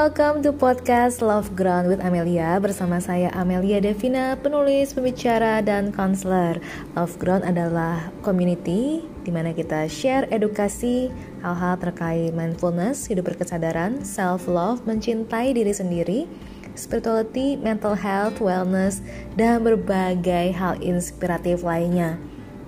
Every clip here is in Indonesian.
welcome to podcast Love Ground with Amelia. Bersama saya Amelia Devina, penulis, pembicara, dan konselor. Love Ground adalah community di mana kita share edukasi hal-hal terkait mindfulness, hidup berkesadaran, self-love, mencintai diri sendiri, spirituality, mental health, wellness, dan berbagai hal inspiratif lainnya.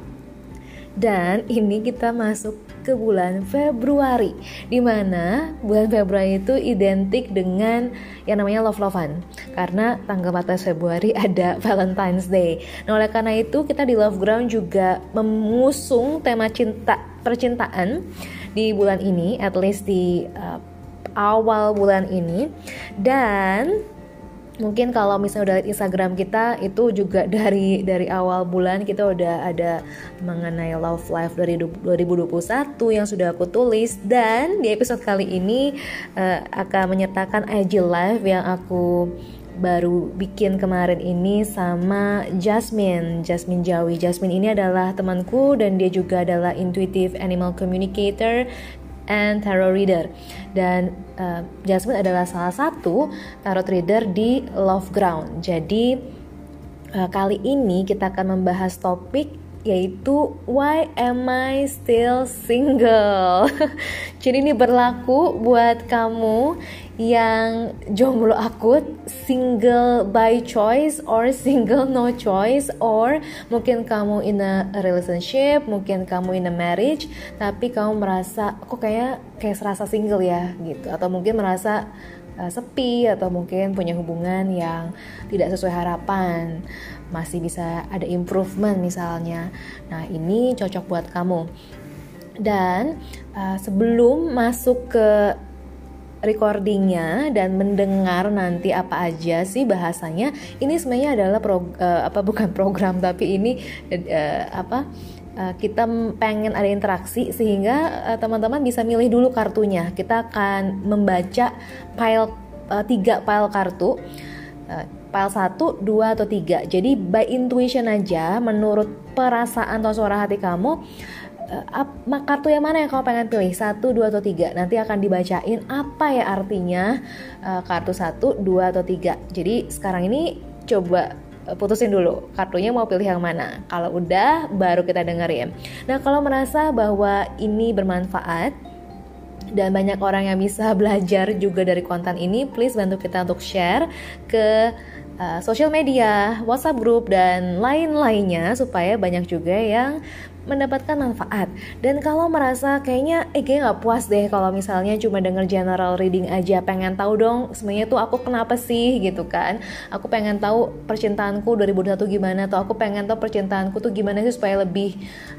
Dan ini kita masuk ke bulan Februari, di mana bulan Februari itu identik dengan yang namanya love-lovean, karena tanggal 14 Februari ada Valentine's Day. Nah, oleh karena itu kita di Love Ground juga mengusung tema percintaan di bulan ini, at least di awal bulan ini. Dan mungkin kalau misalnya udah lihat Instagram kita, itu juga dari awal bulan kita udah ada mengenai Love Life dari 2021 yang sudah aku tulis. Dan di episode kali ini akan menyertakan IG Live yang aku baru bikin kemarin ini sama Jasmine Jawi. Jasmine ini adalah temanku dan dia juga adalah intuitive animal communicator and tarot reader. Dan Jasmine adalah salah satu tarot reader di Love Ground. Jadi kali ini kita akan membahas topik yaitu why am I still single. Jadi ini berlaku buat kamu yang jomblo akut, single by choice or single no choice, or mungkin kamu in a relationship, mungkin kamu in a marriage, tapi kamu merasa kok kayak serasa single ya gitu, atau mungkin merasa sepi, atau mungkin punya hubungan yang tidak sesuai harapan, masih bisa ada improvement misalnya. Nah, ini cocok buat kamu. Dan sebelum masuk ke recordingnya dan mendengar nanti apa aja sih bahasanya, ini sebenarnya adalah bukan program, tapi ini kita pengen ada interaksi sehingga teman-teman bisa milih dulu kartunya. Kita akan membaca pile 3 pile kartu, pile 1, 2, atau 3. Jadi by intuition aja, menurut perasaan atau suara hati kamu, kartu yang mana yang kamu pengen pilih, 1, 2, atau 3. Nanti akan dibacain apa ya artinya kartu 1, 2, atau 3. Jadi sekarang ini coba putusin dulu kartunya mau pilih yang mana. Kalau udah, baru kita dengerin. Nah, kalau merasa bahwa ini bermanfaat dan banyak orang yang bisa belajar juga dari konten ini, please bantu kita untuk share ke social media, WhatsApp group, dan lain-lainnya supaya banyak juga yang mendapatkan manfaat. Dan kalau merasa kayaknya gak puas deh kalau misalnya cuma denger general reading aja, pengen tahu dong sebenarnya tuh aku kenapa sih gitu kan, aku pengen tahu percintaanku 2021 gimana, atau aku pengen tahu percintaanku tuh gimana sih supaya lebih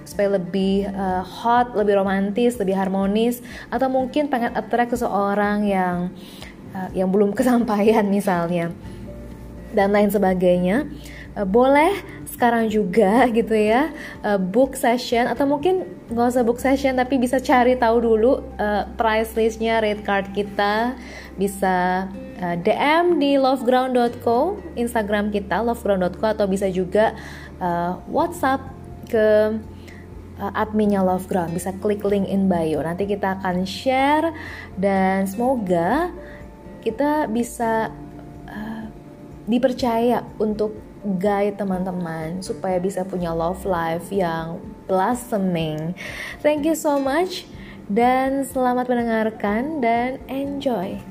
hot, lebih romantis, lebih harmonis, atau mungkin pengen attract seseorang yang belum kesampaian misalnya, dan lain sebagainya, boleh sekarang juga gitu ya, book session, atau mungkin nggak usah book session tapi bisa cari tahu dulu price listnya, rate card kita. Bisa DM di loveground.co, Instagram kita loveground.co, atau bisa juga WhatsApp ke adminnya Love Ground. Bisa klik link in bio, nanti kita akan share, dan semoga kita bisa dipercaya untuk guide teman-teman supaya bisa punya love life yang blossoming. Thank you so much, dan selamat mendengarkan dan enjoy.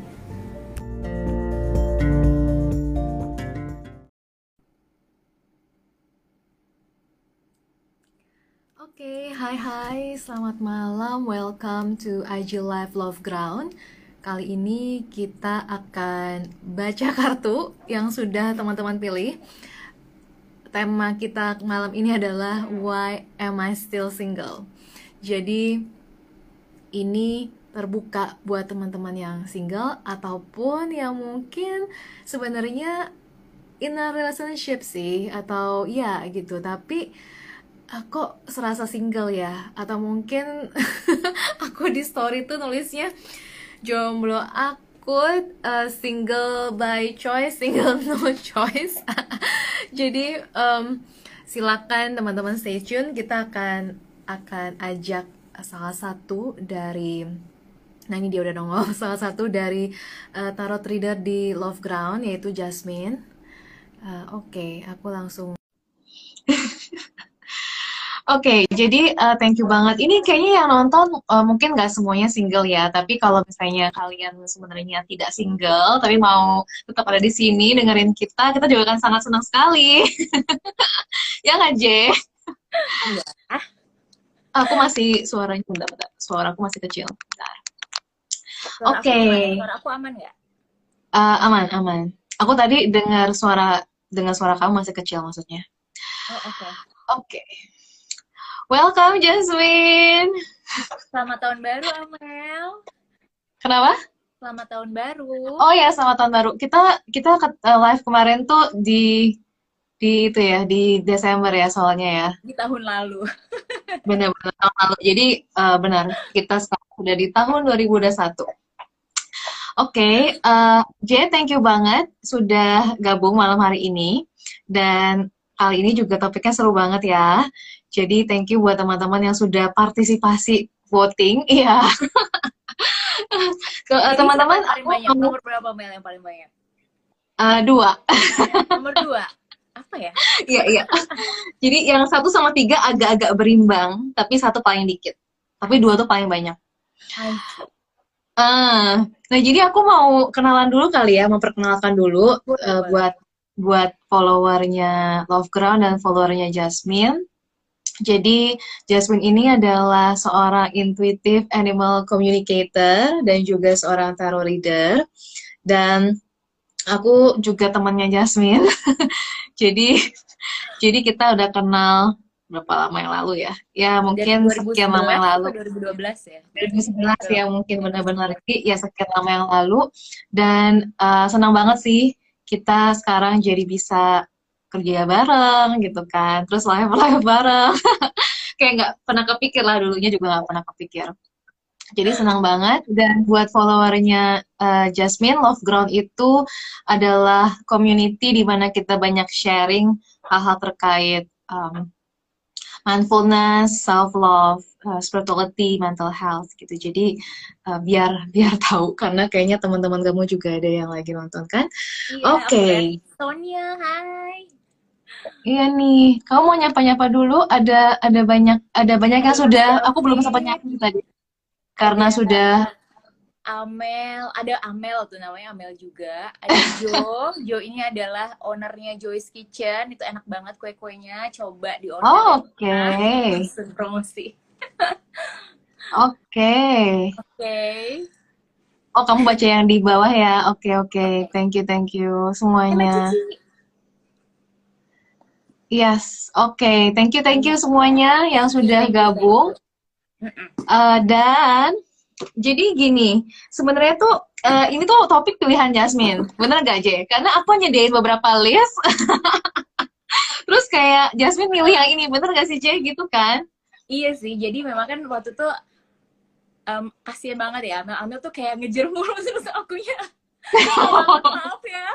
Oke, hai, selamat malam. Welcome to IG Live Love Ground. Kali ini kita akan baca kartu yang sudah teman-teman pilih. Tema kita malam ini adalah why am I still single. Jadi ini terbuka buat teman-teman yang single ataupun yang mungkin sebenarnya in a relationship sih, atau ya gitu, tapi kok serasa single ya, atau mungkin aku di story tuh nulisnya jomblo akut, single by choice, single no choice. Jadi silakan teman-teman stay tune. Kita akan ajak salah satu dari Nah ini dia udah nongol salah satu dari tarot reader di Love Ground yaitu Jasmine. Oke, aku langsung. Oke, jadi thank you banget. Ini kayaknya yang nonton mungkin nggak semuanya single ya, tapi kalau misalnya kalian sebenarnya tidak single, tapi mau tetap ada di sini dengerin kita, kita juga akan sangat senang sekali. Ya nggak, J? Iya. Aku masih suaranya, bentar. Suara aku masih kecil. Bentar. Suara aku Oke, gimana? Suara aku aman nggak? aman. Aku tadi dengar suara kamu masih kecil maksudnya. Oh, oke. Oke. Welcome, Jasmine. Selamat tahun baru, Amel. Kenapa? Selamat tahun baru. Oh ya, selamat tahun baru. Kita live kemarin tuh di itu ya, di Desember ya soalnya ya. Di tahun lalu. Benar-benar tahun lalu. Jadi benar, kita sekarang sudah di tahun 2021. Oke, Jay, thank you banget sudah gabung malam hari ini. Dan kali ini juga topiknya seru banget ya. Jadi thank you buat teman-teman yang sudah partisipasi voting. Iya. Jadi Teman-teman, siapa yang paling aku banyak? mau Nomor berapa, Mel, yang paling banyak? dua. Nomor 2. Apa ya? Iya, iya. Jadi yang 1 sama 3 agak-agak berimbang, tapi 1 paling dikit. Tapi 2 tuh paling banyak. I see. Nah jadi aku mau kenalan dulu kali ya, memperkenalkan dulu Boleh, boleh. buat followernya Loveground dan followernya Jasmine. Jadi Jasmine ini adalah seorang intuitive animal communicator dan juga seorang tarot reader. Dan aku juga temannya Jasmine. Jadi jadi kita udah kenal berapa lama yang lalu ya? Ya Dari mungkin sekian lama yang 2011 lalu. atau 2012 ya? 2011 ya mungkin benar-benar 2011. ya sekian lama yang lalu. Dan senang banget sih kita sekarang jadi bisa kerja bareng gitu kan, terus live bareng. Kayak nggak pernah kepikir lah, dulunya juga nggak pernah kepikir. Jadi senang banget. Dan buat followernya Jasmine, Love Ground itu adalah community di mana kita banyak sharing hal-hal terkait mindfulness, self love, spirituality, mental health gitu. Jadi biar tahu, karena kayaknya teman-teman kamu juga ada yang lagi nonton kan. Iya, Oke. aku lihat Sonia, hai. Iya nih, kamu mau nyapa-nyapa dulu? Ada banyak yang Ada Mas sudah, aku belum sempat David, nyapa tadi karena ada sudah. Amel, ada Amel tuh namanya Amel juga. Ada Jo ini adalah ownernya Joy's Kitchen, itu enak banget kue-kuenya, coba di order ya. Oh, oke. Langsung promosi. Oke. Oke. Oh, kamu baca yang di bawah ya. Oke. Thank you Sama semuanya. Cici. Yes, oke. Thank you semuanya yang sudah Thank you. gabung. Dan jadi gini, sebenarnya tuh ini tuh topik pilihan Jasmine, bener gak, J? Karena aku nyediain beberapa list, terus kayak Jasmine milih yang ini, bener gak sih, J? Gitu kan? Iya sih, jadi memang kan waktu itu kasian banget ya, Amel tuh kayak ngejar mulu terus akunya. Maaf ya.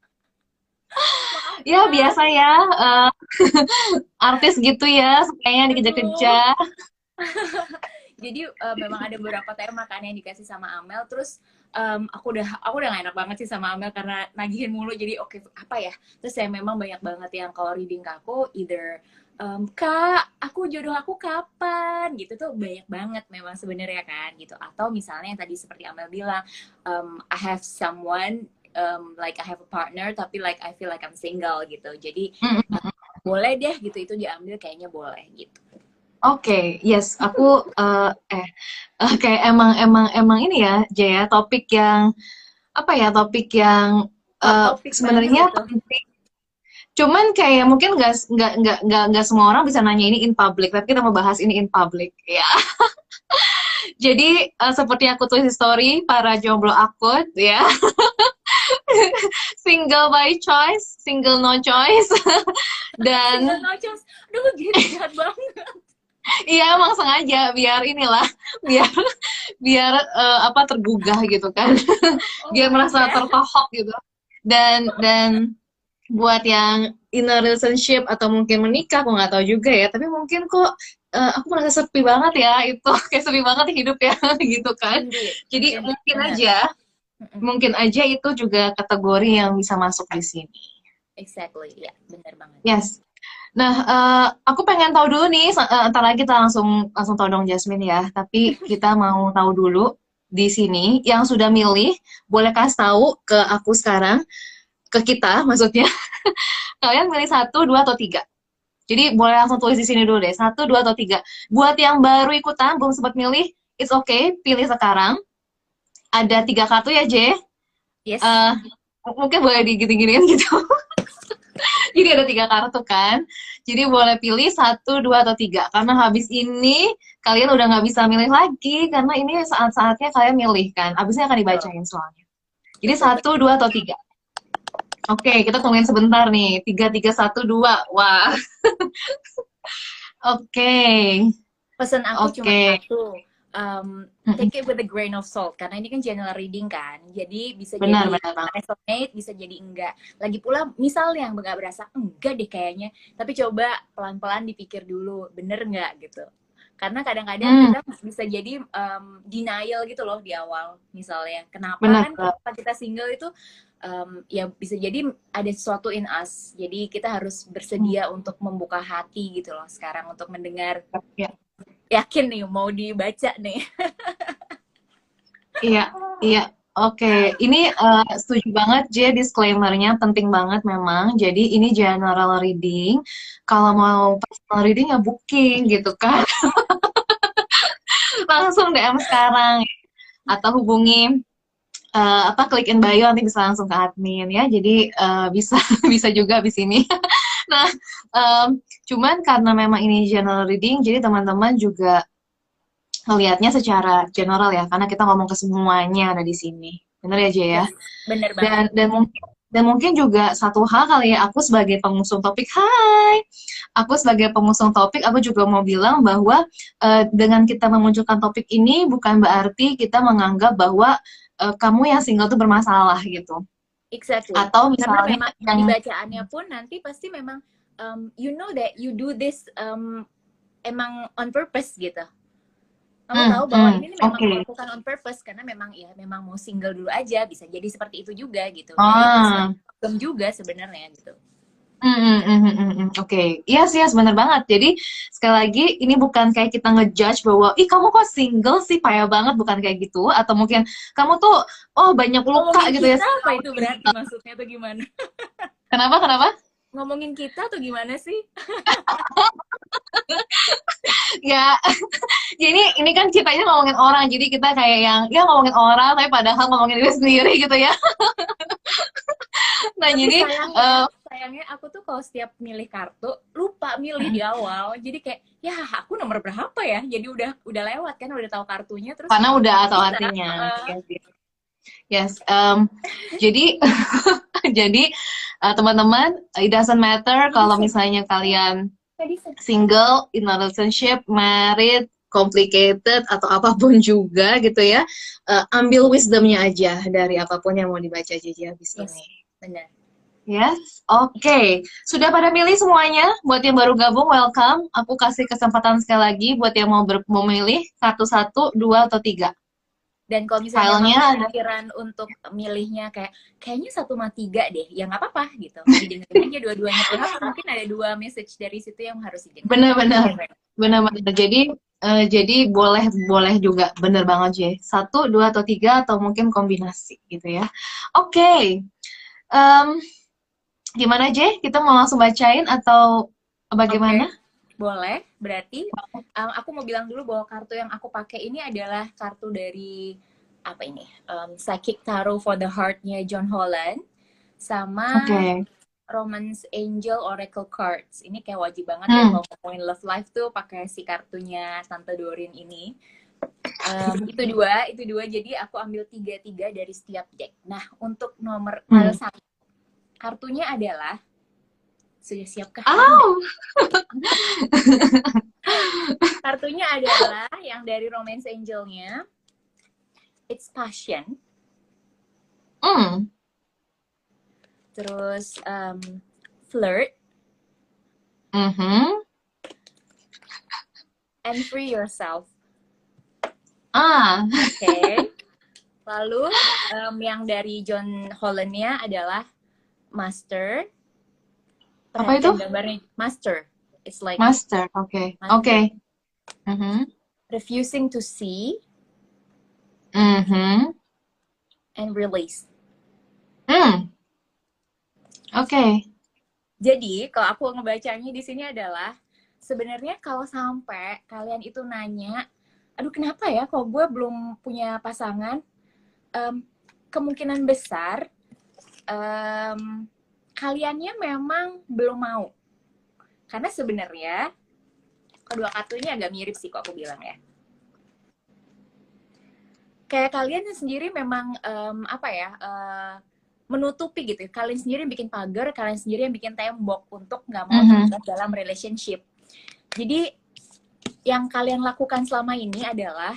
Ya biasa ya, artis gitu ya, sukanya dikejar-kejar. Jadi memang ada beberapa tema kan yang dikasih sama Amel, terus aku udah gak enak banget sih sama Amel karena nagihin mulu. Jadi oke, apa ya, terus saya memang banyak banget yang kalau reading ke aku either Kak, jodoh aku kapan gitu, tuh banyak banget memang sebenarnya kan gitu. Atau misalnya yang tadi seperti Amel bilang, I have someone, like I have a partner tapi like I feel like I'm single gitu. Jadi boleh deh gitu, itu diambil kayaknya boleh gitu. Oke, yes, aku kayak emang ini ya, Jaya, topik yang apa ya, topik yang Topik sebenarnya banget gitu. penting. Cuman kayak mungkin nggak semua orang bisa nanya ini in public, tapi kita mau bahas ini in public, ya. Jadi seperti aku tulis di story, para jomblo akut, ya. Single by choice, single no choice. Dan Single no choice. Aduh, gini jahat banget. iya emang sengaja biar inilah, biar apa, tergugah gitu kan. Biar merasa tertohok gitu. Dan buat yang in a relationship atau mungkin menikah, aku nggak tahu juga ya, tapi mungkin kok aku merasa sepi banget ya itu kayak sepi banget hidup ya gitu kan. Indeed, Jadi indeed, benar. Mm-mm. mungkin aja itu juga kategori yang bisa masuk di sini. Exactly, ya, benar banget. Yes. Nah, aku pengen tahu dulu nih, ntar lagi kita langsung langsung tahu dong Jasmine ya. Tapi kita mau tahu dulu di sini yang sudah milih, boleh kasih tahu ke aku sekarang, ke kita maksudnya. Kalian milih satu, dua, atau tiga? Jadi boleh langsung tulis di sini dulu deh, satu, dua, atau tiga. Buat yang baru ikutan, belum sempat milih, it's okay, pilih sekarang. Ada tiga kartu ya, J. Yes. Eh, mungkin boleh digini-giniin gitu. Jadi ada tiga kartu kan. Jadi boleh pilih satu, dua, atau tiga. Karena habis ini kalian udah nggak bisa milih lagi. Karena ini saat-saatnya kalian milih kan. Habisnya akan Betul, dibacain soalnya. Jadi betul, satu, betul. dua, atau tiga. Oke, kita tungguin sebentar nih. Tiga, tiga, satu, dua. Wah, oke. Pesan aku cuma Oke. satu. Take it with a grain of salt karena ini kan general reading kan, jadi bisa Benar, jadi benar banget. resonate, bisa jadi enggak. Lagi pula misalnya yang nggak berasa enggak deh kayaknya, tapi coba pelan-pelan dipikir dulu bener nggak gitu. Karena kadang-kadang Hmm, kita bisa jadi denial gitu loh di awal. Misalnya, kenapa benar, kan benar. kenapa kita single itu ya bisa jadi ada sesuatu in us. Jadi kita harus Hmm, bersedia untuk membuka hati gitu loh sekarang untuk mendengar. ya. Yakin nih mau dibaca nih. Iya, iya. Oke, ini setuju banget J, disclaimer-nya penting banget memang. Jadi ini general reading. Kalau mau personal reading ya booking gitu kan. Langsung DM sekarang atau hubungi apa klik in bio nanti bisa langsung ke admin ya. Jadi bisa bisa juga di sini. Nah, cuman karena memang ini general reading, jadi teman-teman juga ngelihatnya secara general ya, karena kita ngomong ke semuanya ada di sini. Bener ya, Jay ya? Yes, bener banget. Dan mungkin juga satu hal kali ya, aku sebagai pengusung topik, aku sebagai pengusung topik, aku juga mau bilang bahwa dengan kita memunculkan topik ini bukan berarti kita menganggap bahwa kamu yang single tuh bermasalah gitu. Exactly. Atau Karena misalnya memang di yang bacaannya pun nanti pasti memang you know that you do this emang on purpose gitu. Kamu tahu bahwa ini memang oke. melakukan on purpose karena memang ya memang mau single dulu aja, bisa jadi seperti itu juga gitu. Dan itu Ah, juga sebenarnya gitu. Oke. Yes, yes, bener banget. Jadi, sekali lagi, ini bukan kayak kita ngejudge bahwa, ih kamu kok single sih, payah banget, bukan kayak gitu. Atau mungkin, kamu tuh, oh banyak luka Ngomongin gitu ya. kita apa itu berarti maksudnya atau gimana? Kenapa, kenapa? Ngomongin kita atau gimana sih? Ya, jadi ini kan ceritanya ngomongin orang, jadi kita kayak yang, ya ngomongin orang, tapi padahal ngomongin diri sendiri gitu ya. Nah, Tapi jadi, sayangnya, sayangnya aku tuh kalau setiap milih kartu lupa milih di awal. Jadi kayak ya aku nomor berapa ya? Jadi udah lewat kan, udah tahu kartunya terus karena udah tahu bisa. artinya. Yes, yes. Yes, jadi jadi teman-teman, it doesn't matter kalau misalnya kalian single, in a relationship, married, complicated atau apapun juga gitu ya, ambil wisdomnya aja dari apapun yang mau dibaca aja habis Yes, ini. benar. Yes, oke. Sudah pada milih semuanya? Buat yang baru gabung, welcome. Aku kasih kesempatan sekali lagi buat yang mau milih satu, dua, atau tiga. Dan kalau misalnya Filenya kamu ada. pikiran untuk milihnya kayaknya 1 sama 3 deh, ya nggak apa-apa gitu. Didengerin aja dua-duanya. Perhaps mungkin ada 2 message dari situ yang harus didengar. Benar-benar, benar-benar. Jadi boleh boleh juga, bener banget Jay. Satu, dua, atau tiga, atau mungkin kombinasi gitu ya. Oke, Em, gimana Jay? Kita mau langsung bacain atau Oke, bagaimana? boleh. Berarti aku mau bilang dulu bahwa kartu yang aku pakai ini adalah kartu dari apa ini? Psychic Tarot for the Heart-nya John Holland sama Oke. Romance Angel Oracle Cards. Ini kayak wajib banget ya Hmm. kalau ngomongin love life tuh pakai si kartunya Tante Doreen ini. Itu dua. Jadi aku ambil 3 dari setiap deck. Nah, untuk nomor Hmm. satu, kartunya adalah sudah siapkah? Oh. Kartunya adalah yang dari Romance Angel-nya. It's Passion. Hmm. Terus Flirt. Mhm. and free yourself. Ah, Oke. Lalu yang dari John Holland-nya adalah master. apa itu? Perhatikan gambarnya, master. It's like Master. Oke. master. Oke. Mhm. Refusing to see Mhm. and release. Oke. Jadi, kalau aku ngebacanya di sini adalah sebenarnya kalau sampai kalian itu nanya, aduh kenapa ya kok gue belum punya pasangan, kemungkinan besar kaliannya memang belum mau. Karena sebenarnya kedua kartu ini agak mirip sih kok aku bilang ya. Kayak kalian sendiri memang menutupi gitu. Kalian sendiri yang bikin pagar, kalian sendiri yang bikin tembok untuk nggak mau terlibat dalam relationship. Jadi yang kalian lakukan selama ini adalah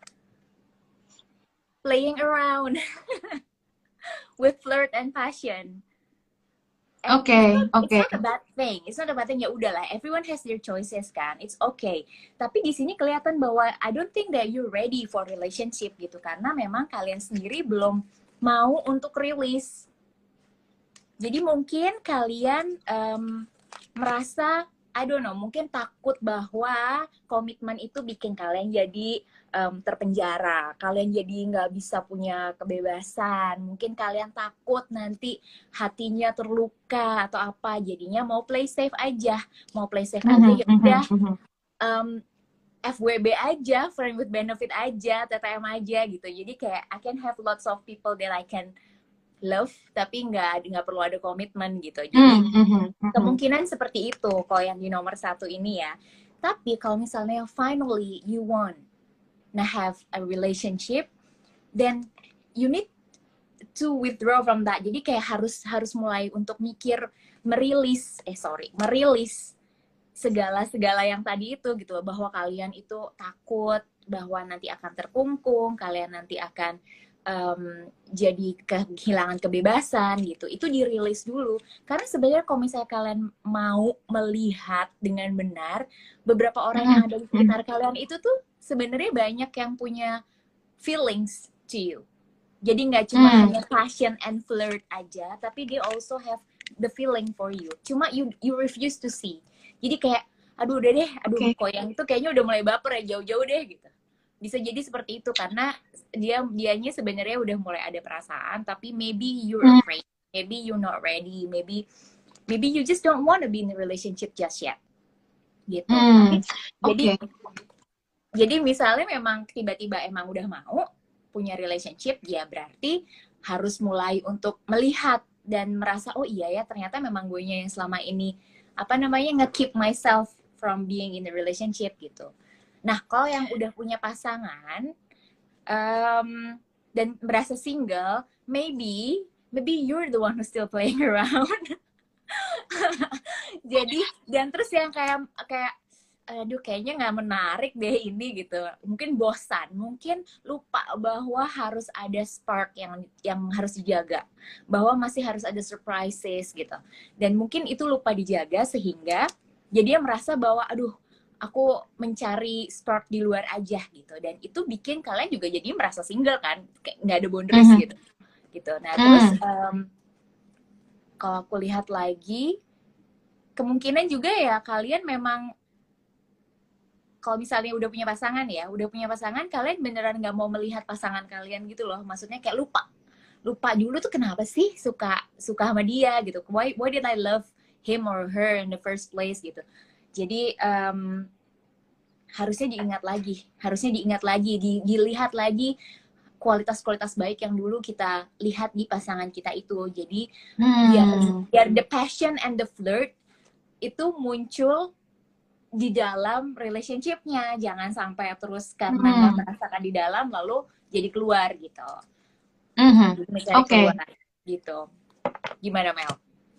playing around with flirt and passion. Oke. It's not a bad thing. It's not a bad thing. Ya udahlah, everyone has their choices kan. It's okay. Tapi di sini kelihatan bahwa I don't think that you're ready for relationship gitu, karena memang kalian sendiri belum mau untuk rilis. Jadi mungkin kalian merasa, I don't know, mungkin takut bahwa komitmen itu bikin kalian jadi terpenjara, kalian jadi nggak bisa punya kebebasan, mungkin kalian takut nanti hatinya terluka atau apa, jadinya mau play safe aja, ya udah FWB aja, friend with benefit aja, TTM aja gitu. Jadi kayak I can have lots of people that I can love, tapi nggak perlu ada komitmen gitu. Jadi kemungkinan seperti itu kalau yang di nomor 1 ini ya. Tapi kalau misalnya finally you want have a relationship, then you need to withdraw from that. Jadi kayak harus mulai untuk mikir merilis segala yang tadi itu gitu, bahwa kalian itu takut bahwa nanti akan terkungkung, kalian nanti akan jadi kehilangan kebebasan gitu. Itu dirilis dulu, karena sebenarnya kalau misalnya kalian mau melihat dengan benar, beberapa orang yang ada di sekitar kalian itu tuh sebenarnya banyak yang punya feelings to you. Jadi nggak cuma hanya passion and flirt aja, tapi they also have the feeling for you. Cuma you refuse to see. Jadi kayak, aduh udah deh, kok yang itu kayaknya udah mulai baper ya, jauh-jauh deh gitu. Bisa jadi seperti itu karena dianya sebenarnya udah mulai ada perasaan, tapi maybe you're afraid, maybe you're not ready, maybe you just don't want to be in a relationship just yet. Gitu. Jadi misalnya memang tiba-tiba emang udah mau punya relationship, ya berarti harus mulai untuk melihat dan merasa, oh iya ya ternyata memang gue yang selama ini nge-keep myself from being in a relationship gitu. Nah, kalau yang udah punya pasangan dan merasa single, maybe you're the one who's still playing around. Jadi, dan terus yang kayak aduh kayaknya nggak menarik deh ini gitu. Mungkin bosan, mungkin lupa bahwa harus ada spark yang harus dijaga, bahwa masih harus ada surprises gitu. Dan mungkin itu lupa dijaga sehingga jadi dia merasa bahwa aduh aku mencari spark di luar aja gitu, dan itu bikin kalian juga jadi merasa single kan, kayak nggak ada boundaries gitu. Nah terus kalau aku lihat lagi, kemungkinan juga ya kalian memang kalau misalnya udah punya pasangan kalian beneran nggak mau melihat pasangan kalian gitu loh, maksudnya kayak lupa dulu tuh kenapa sih suka sama dia gitu, why did I love him or her in the first place gitu. Jadi harusnya diingat lagi, dilihat lagi kualitas-kualitas baik yang dulu kita lihat di pasangan kita itu. Jadi biar the passion and the flirt itu muncul di dalam relationship-nya, jangan sampai terus karena nggak merasakan di dalam lalu jadi keluar gitu. Mencari keluar gitu. Gimana Mel?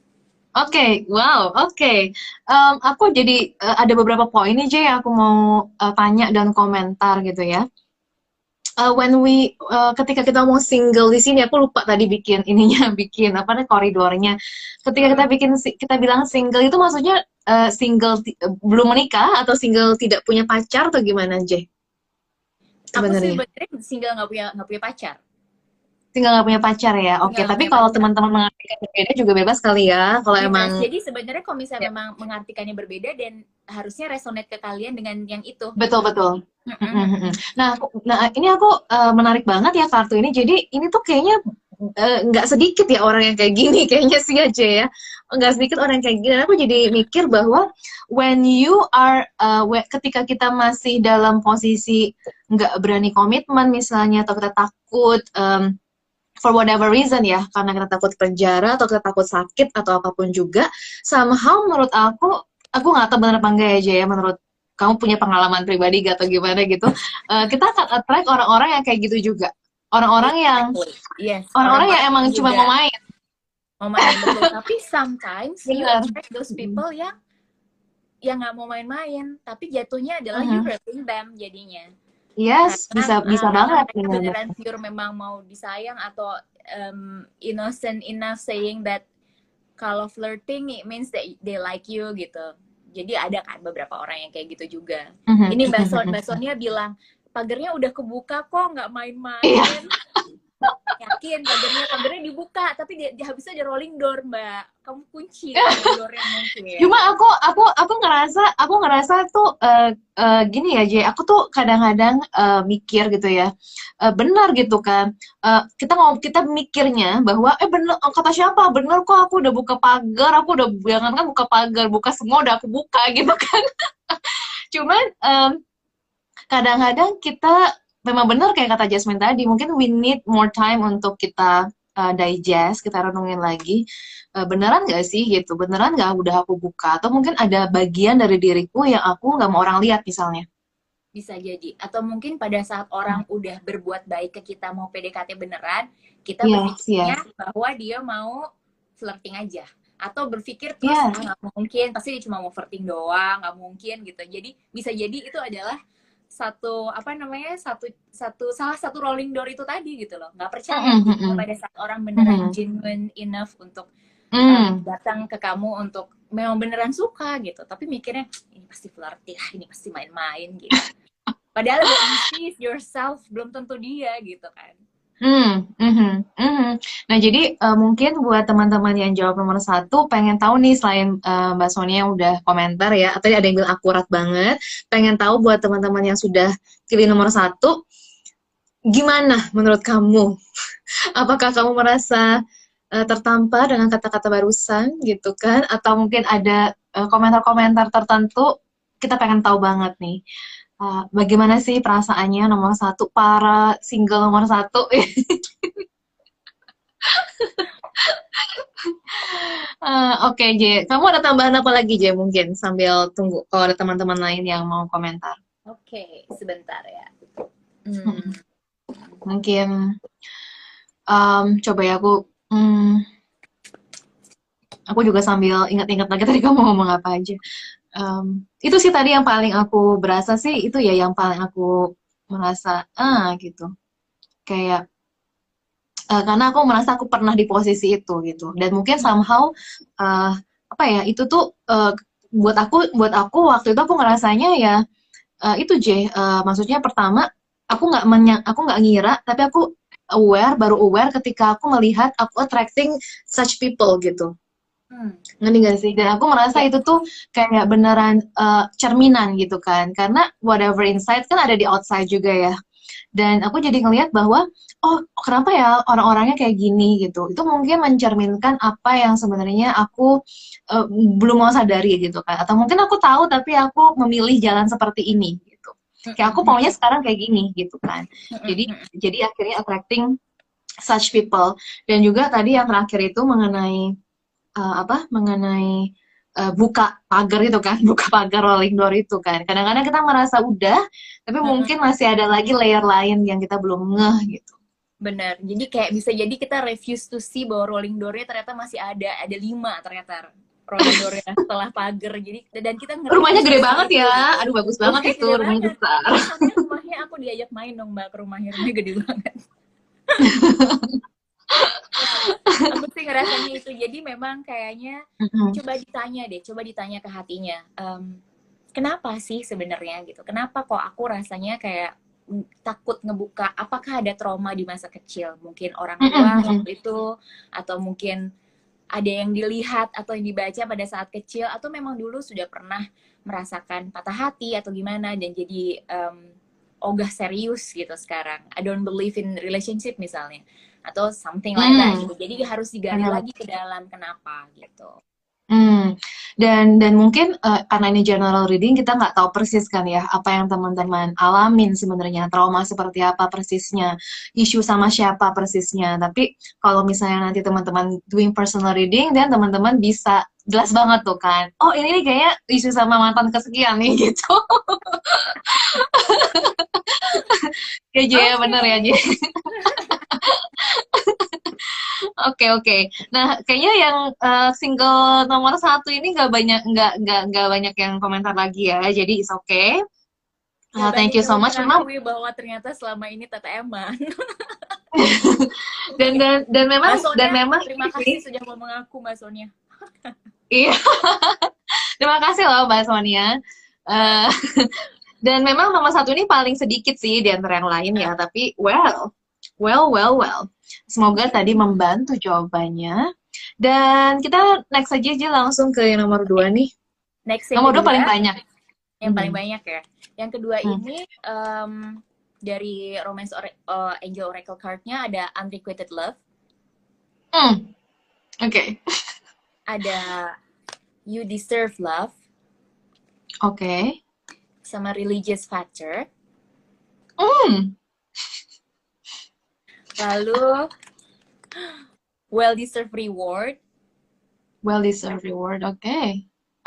Aku jadi ada beberapa poin aja yang aku mau tanya dan komentar gitu ya. ketika kita mau single di sini, aku lupa tadi bikin ininya, bikin apa nih koridornya. Ketika kita bilang single itu maksudnya single belum menikah atau single tidak punya pacar atau gimana, Jay? Aku sih Sebenarnya sebenarnya single nggak punya pacar. single nggak punya pacar ya. Oke, Single nggak tapi punya kalau pacar. teman-teman mengartikan berbeda juga bebas kali ya. Kalau Bebas. emang Jadi sebenarnya kalau misalnya ya, memang mengartikannya berbeda dan harusnya resonate ke kalian dengan yang itu. betul. Mm-mm. Nah, ini aku menarik banget ya kartu ini. Jadi ini tuh kayaknya nggak sedikit ya orang yang kayak gini, kayaknya sih aja ya. Nggak sedikit orang yang kayak gini. Dan aku jadi mikir bahwa when you are, ketika kita masih dalam posisi nggak berani komitmen misalnya, atau kita takut for whatever reason ya, karena kita takut penjara atau kita takut sakit atau apapun juga, somehow menurut aku nggak tahu benar apa enggak ya Jay, ya, menurut kamu punya pengalaman pribadi gak atau gimana gitu, kita akan attract orang-orang yang kayak gitu juga, orang-orang yang Yes, orang-orang yang emang cuma mau main, betul. Tapi sometimes you benar. attract those people yang nggak mau main-main, tapi jatuhnya adalah you hurting them jadinya. Yes, Karena, bisa banget. mereka beneran pure memang mau disayang atau innocent enough saying that kalau flirting it means that they like you gitu. Jadi ada kan beberapa orang yang kayak gitu juga. Ini Mbak Sonia bilang pagernya udah kebuka kok, nggak main-main. Yakin pagernya dibuka, tapi dia habisnya ada rolling door, Mbak. Kamu kunci rolling doornya mungkin. Cuma aku ngerasa tuh gini ya Jay, aku tuh kadang-kadang mikir gitu ya, benar gitu kan, kita mikirnya bahwa bener, kata siapa bener kok, aku udah buka pagar, aku udah, jangankan buka pagar, buka semua udah aku buka gitu kan. Cuman kadang-kadang kita memang benar kayak kata Jasmine tadi, mungkin we need more time untuk kita digest, kita renungin lagi, beneran gak sih gitu, beneran gak udah aku buka, atau mungkin ada bagian dari diriku yang aku gak mau orang lihat misalnya. Bisa jadi, atau mungkin pada saat orang udah berbuat baik ke kita, mau PDKT beneran, kita berpikirnya bahwa dia mau flirting aja, atau berpikir terus nggak mungkin, pasti dia cuma mau flirting doang, nggak mungkin gitu. Jadi bisa jadi itu adalah salah satu rolling door itu tadi gitu loh, nggak percaya pada saat orang beneran genuine enough untuk datang ke kamu untuk memang beneran suka gitu, tapi mikirnya ini pasti flirting, ini pasti main-main gitu. Padahal buat you see yourself belum tentu dia gitu kan. Nah jadi mungkin buat teman-teman yang jawab nomor 1, pengen tahu nih, selain Mbak Sonia yang udah komentar ya, atau ada yang bilang akurat banget, pengen tahu buat teman-teman yang sudah pilih nomor 1, gimana menurut kamu? Apakah kamu merasa tertampar dengan kata-kata barusan gitu kan, atau mungkin ada komentar-komentar tertentu? Kita pengen tahu banget nih, bagaimana sih perasaannya nomor 1, para single nomor 1. Oke, J, kamu ada tambahan apa lagi, J, mungkin sambil tunggu kalau ada teman-teman lain yang mau komentar. Oke, sebentar ya. Mungkin coba ya aku juga sambil ingat-ingat lagi tadi kamu ngomong apa aja. Itu sih tadi yang paling aku berasa sih, itu ya yang paling aku merasa gitu, kayak karena aku merasa aku pernah di posisi itu gitu, dan mungkin somehow apa ya, itu tuh buat aku waktu itu aku ngerasanya ya itu J, maksudnya pertama aku nggak ngira, tapi aku baru aware ketika aku melihat aku attracting such people gitu. Ngerti gak sih? Dan aku merasa itu tuh kayak beneran cerminan gitu kan, karena whatever inside kan ada di outside juga ya. Dan aku jadi ngelihat bahwa kenapa ya orang-orangnya kayak gini gitu. Itu mungkin mencerminkan apa yang sebenarnya aku belum mau sadari gitu kan. Atau mungkin aku tahu tapi aku memilih jalan seperti ini gitu. Kayak aku maunya sekarang kayak gini gitu kan. Jadi akhirnya attracting such people. Dan juga tadi yang terakhir itu mengenai buka pagar itu kan, buka pagar rolling door itu kan. Kadang-kadang kita merasa udah, tapi mungkin masih ada lagi layer lain yang kita belum ngeh gitu. Benar. Jadi kayak bisa jadi kita refuse to see bahwa rolling door-nya ternyata masih ada 5 ternyata koridornya setelah pagar. Jadi dan kita ngeri Rumahnya gede posisi banget itu ya. gitu. Aduh bagus banget Rumahnya itu, gede rumahnya banget. besar. Soalnya rumahnya aku diajak main dong Mbak ke rumahnya gede banget. Aku sih ngerasanya itu. Jadi memang kayaknya coba ditanya ke hatinya. Kenapa sih sebenarnya gitu? Kenapa kok aku rasanya kayak takut ngebuka? Apakah ada trauma di masa kecil? Mungkin orang tua waktu itu, atau mungkin ada yang dilihat atau yang dibaca pada saat kecil, atau memang dulu sudah pernah merasakan patah hati atau gimana dan jadi ogah serius gitu sekarang. I don't believe in relationship misalnya, atau something like that gitu. Jadi harus digali lagi ke dalam kenapa gitu. Dan mungkin karena ini general reading, kita nggak tahu persis kan ya apa yang teman-teman alamin sebenarnya, trauma seperti apa persisnya, isu sama siapa persisnya. Tapi kalau misalnya nanti teman-teman doing personal reading, dan teman-teman bisa jelas banget tuh kan, oh ini nih kayaknya isu sama mantan kesekian nih gitu. Ya J, ya bener ya J. Oke. Nah, kayaknya yang single nomor 1 ini nggak banyak yang komentar lagi ya. Jadi it's okay. Thank you so much. Memang bahwa ternyata selama ini Tata Eman. dan memang terima kasih sudah mau mengaku Mbak Sonia. Iya. Terima kasih loh Mbak Sonia. Dan memang nomor 1 ini paling sedikit sih di antara yang lain ya. Tapi well. Semoga tadi membantu jawabannya. Dan kita next aja langsung ke yang nomor 2 nih. Nomor 2 paling banyak. Yang paling banyak ya. Yang kedua ini dari Romance Angel Oracle card-nya ada Unrequited Love. Oke. Ada You Deserve Love. Oke. Sama Religious Factor. Lalu Well Deserved Reward. Well Deserved Reward, oke.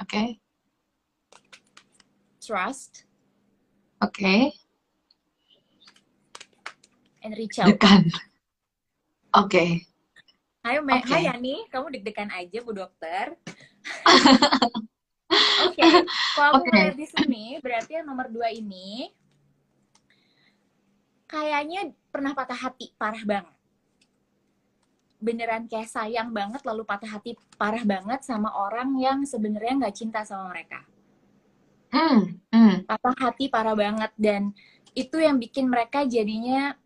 Trust. Oke. And Reach Out. Deg-degan. Oke. Hai Yani, kamu deg-degan aja Bu Dokter. Oke. Kalau aku lihat di sini, berarti yang nomor 2 ini kayaknya pernah patah hati parah banget. Beneran kayak sayang banget lalu patah hati parah banget sama orang yang sebenarnya nggak cinta sama mereka. Patah hati parah banget, dan itu yang bikin mereka jadinya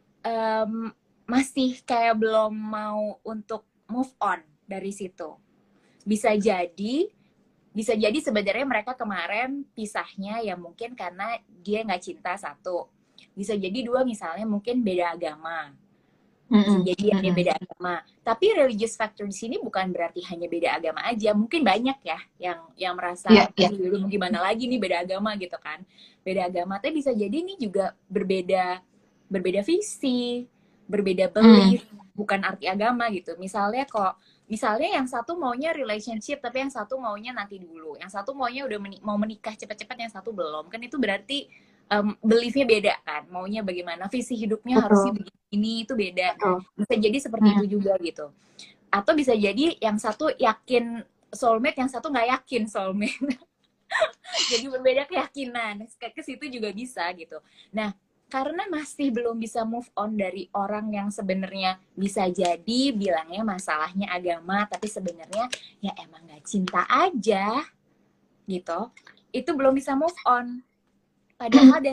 masih kayak belum mau untuk move on dari situ. Bisa jadi sebenarnya mereka kemarin pisahnya ya mungkin karena dia nggak cinta, 1. Bisa jadi 2, misalnya mungkin beda agama. Bisa jadi ada beda agama. Tapi religious factor di sini bukan berarti hanya beda agama aja. Mungkin banyak ya yang merasa dulu gimana lagi nih beda agama gitu kan. Beda agama, tapi bisa jadi ini juga berbeda visi, berbeda belief, bukan arti agama gitu. Misalnya yang satu maunya relationship tapi yang satu maunya nanti dulu. Yang satu maunya udah mau menikah cepet-cepet, yang satu belum. Kan itu berarti beliefnya beda kan, maunya bagaimana, visi hidupnya harusnya begini, itu beda. Bisa jadi seperti itu juga gitu. Atau bisa jadi yang satu yakin soulmate, yang satu nggak yakin soulmate. Jadi berbeda keyakinan, ke situ juga bisa gitu. Nah, karena masih belum bisa move on dari orang yang sebenarnya bisa jadi bilangnya masalahnya agama, tapi sebenarnya ya emang nggak cinta aja gitu, itu belum bisa move on. Padahal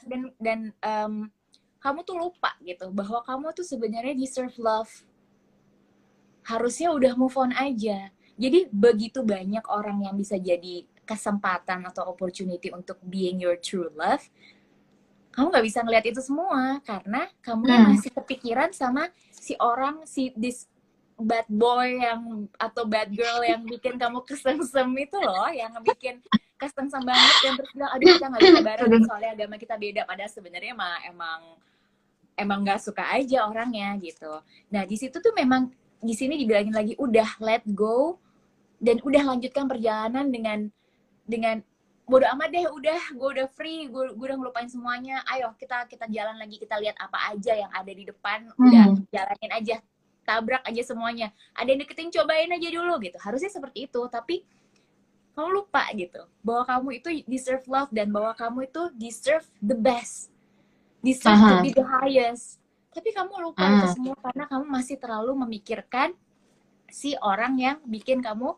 kamu tuh lupa gitu bahwa kamu tuh sebenarnya deserve love. Harusnya udah move on aja. Jadi begitu banyak orang yang bisa jadi kesempatan atau opportunity untuk being your true love. Kamu nggak bisa ngeliat itu semua karena kamu masih kepikiran sama this bad boy atau bad girl yang bikin kamu kesengsem itu loh, yang bikin kesengsem banget dan terus bilang aduh kita nggak bisa bareng soalnya agama kita beda, padahal sebenarnya emang nggak suka aja orangnya gitu. Nah di situ tuh memang di sini dibilangin lagi udah let go dan udah lanjutkan perjalanan dengan bodo amat deh, gue udah free, gue udah ngelupain semuanya, ayo kita jalan lagi, kita lihat apa aja yang ada di depan, udah jalanin aja tabrak aja semuanya. Ada yang deketin, cobain aja dulu gitu. Harusnya seperti itu, tapi kamu lupa gitu bahwa kamu itu deserve love dan bahwa kamu itu deserve the best, deserve to be the highest. Tapi kamu lupa itu semua karena kamu masih terlalu memikirkan si orang yang bikin kamu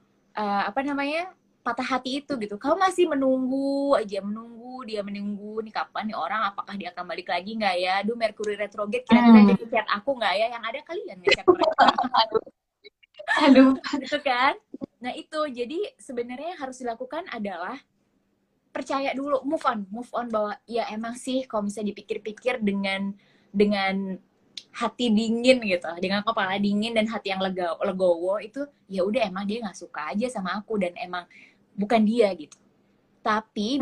patah hati itu gitu. Kamu masih menunggu aja, dia menunggu nih kapan nih orang, apakah dia akan balik lagi nggak ya? Aduh, Mercury retrograde kira-kira dia chat aku nggak ya? Yang ada kalian ngechat mereka. Aduh. Gitu kan? Nah itu, jadi sebenarnya yang harus dilakukan adalah percaya dulu, move on bahwa ya emang sih kalau misalnya dipikir-pikir dengan hati dingin gitu, dengan kepala dingin dan hati yang legowo itu ya udah emang dia nggak suka aja sama aku dan emang bukan dia gitu. Tapi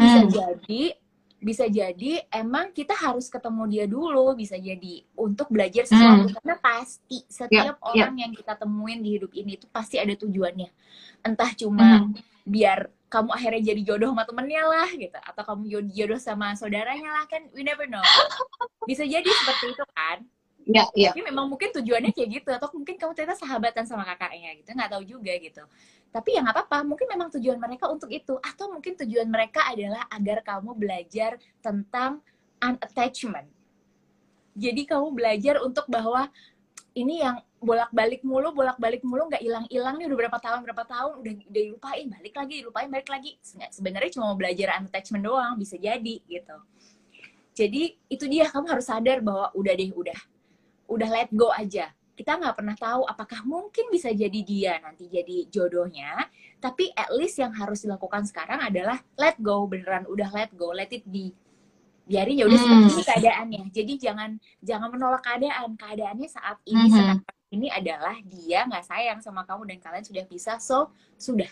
bisa jadi emang kita harus ketemu dia dulu, bisa jadi untuk belajar sesuatu karena pasti setiap orang yang kita temuin di hidup ini itu pasti ada tujuannya. Entah cuma biar kamu akhirnya jadi jodoh sama temennya lah gitu, atau kamu jodoh sama saudaranya lah, kan we never know. Bisa jadi seperti itu kan. Tapi memang mungkin tujuannya kayak gitu, atau mungkin kamu ternyata sahabatan sama kakaknya gitu, nggak tahu juga gitu. Tapi ya nggak apa-apa, mungkin memang tujuan mereka untuk itu, atau mungkin tujuan mereka adalah agar kamu belajar tentang unattachment. Jadi kamu belajar untuk bahwa ini yang bolak-balik mulu nggak hilang-hilang nih udah berapa tahun udah dilupain balik lagi. Sebenarnya cuma mau belajar unattachment doang, bisa jadi gitu. Jadi itu dia, kamu harus sadar bahwa udah let go aja. Kita nggak pernah tahu apakah mungkin bisa jadi dia nanti jadi jodohnya, tapi at least yang harus dilakukan sekarang adalah let go, beneran udah let go, let it be. Biarin ya udah seperti ini keadaannya. Jadi jangan menolak keadaannya saat ini sekarang ini adalah dia nggak sayang sama kamu dan kalian sudah pisah, so sudah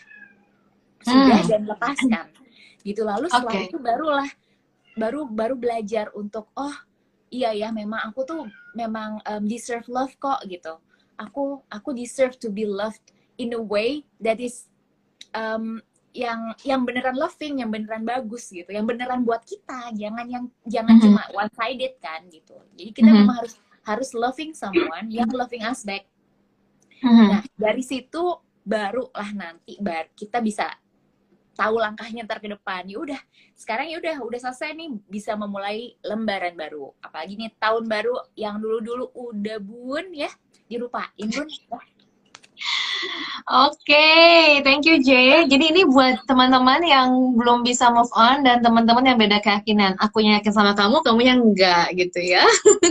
dan lepaskan gitu. Lalu setelah itu baru belajar untuk iya ya, memang aku tuh memang deserve love kok gitu. Aku deserve to be loved in a way that is yang beneran loving, yang beneran bagus gitu, yang beneran buat kita, jangan cuma one sided kan gitu. Jadi kita memang harus loving someone yang loving us back. Nah dari situ barulah nanti kita bisa tahu langkahnya ntar ke depan. Ya udah, sekarang ya udah selesai nih, bisa memulai lembaran baru. Apalagi nih tahun baru yang dulu udah bun ya, dilupain bun. Oke, thank you Jay. Jadi ini buat teman-teman yang belum bisa move on dan teman-teman yang beda keyakinan. Akunya yakin sama kamu, kamunya enggak gitu ya.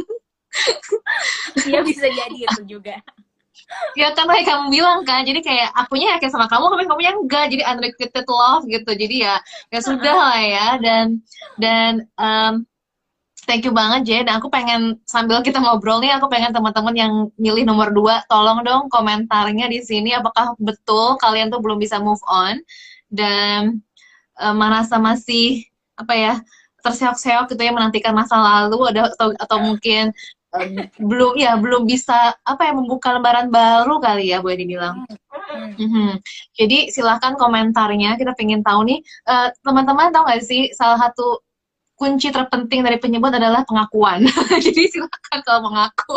Iya bisa jadi itu juga. Ya kan kayak kamu bilang kan, jadi kayak akunya yakin sama kamu, tapi kamunya enggak, jadi unrequited love gitu. Jadi ya sudah lah ya. Dan thank you banget Jay, dan aku pengen sambil kita ngobrol nih, aku pengen teman-teman yang milih nomor 2, tolong dong komentarnya di sini, apakah betul kalian tuh belum bisa move on dan merasa masih terseok-seok gitu ya, menantikan masa lalu atau mungkin belum bisa membuka lembaran baru kali ya, boleh dibilang. Jadi silahkan komentarnya, kita pengen tahu nih teman-teman, tahu nggak sih salah satu kunci terpenting dari penyebut adalah pengakuan. Jadi silakan kalau mengaku.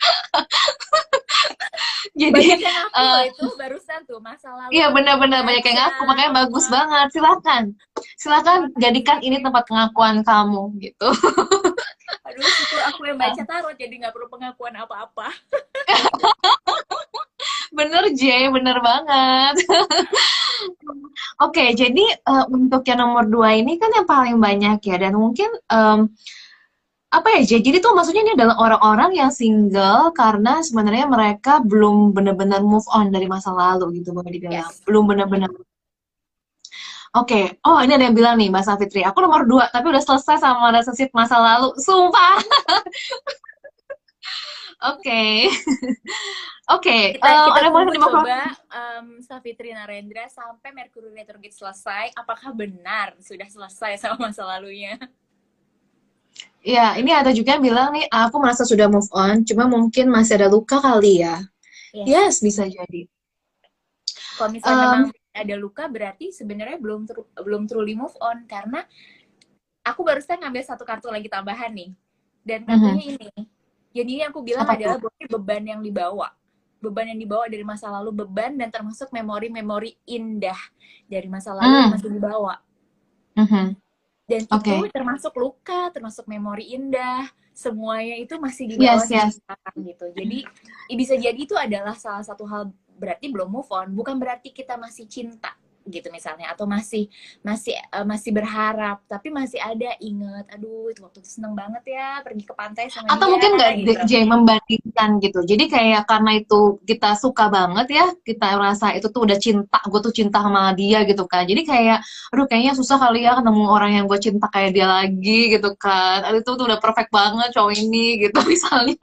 Jadi banyak yang ngaku itu barusan tuh masa lalu. Iya benar-benar banyak yang ngaku, makanya bagus banget. Silakan jadikan ini tempat pengakuan kamu gitu. Aduh, syukur aku yang baca tarot jadi nggak perlu pengakuan apa-apa. Bener Jay, bener banget. Oke, jadi untuk yang nomor 2 ini kan yang paling banyak ya, dan mungkin Jay, jadi tuh maksudnya ini adalah orang-orang yang single karena sebenarnya mereka belum benar-benar move on dari masa lalu gitu, boleh dibilang. Belum benar-benar. Oke, ini ada yang bilang nih, Mbak Safitri, aku nomor 2, tapi udah selesai sama relationship masa lalu. Sumpah! Oke. Kita coba Safitri Narendra sampai Mercury retrograde selesai. Apakah benar sudah selesai sama masa lalunya? Ya, ini ada juga yang bilang nih, aku merasa sudah move on, cuma mungkin masih ada luka kali ya. Yes, bisa jadi. Kalau misalnya memang ada luka, berarti sebenarnya belum truly move on, karena aku barusan ngambil satu kartu lagi tambahan nih, dan kartunya ini. Jadi yang aku bilang adalah beban yang dibawa. beban yang dibawa dari masa lalu, beban dan termasuk memori-memori indah dari masa lalu yang masih dibawa. Dan itu termasuk luka, termasuk memori indah, semuanya itu masih dibawa sekarang gitu. Jadi bisa jadi itu adalah salah satu hal, berarti belum move on, bukan berarti kita masih cinta gitu misalnya, atau masih berharap, tapi masih ada inget, aduh itu waktu itu seneng banget ya pergi ke pantai sama atau dia, mungkin nggak gitu. membandingkan gitu, jadi kayak karena itu kita suka banget ya, kita rasa itu tuh udah cinta, gue tuh cinta sama dia gitu kan, jadi kayak aduh kayaknya susah kali ya ketemu orang yang gue cinta kayak dia lagi gitu kan, aduh itu tuh udah perfect banget cowok ini gitu misalnya.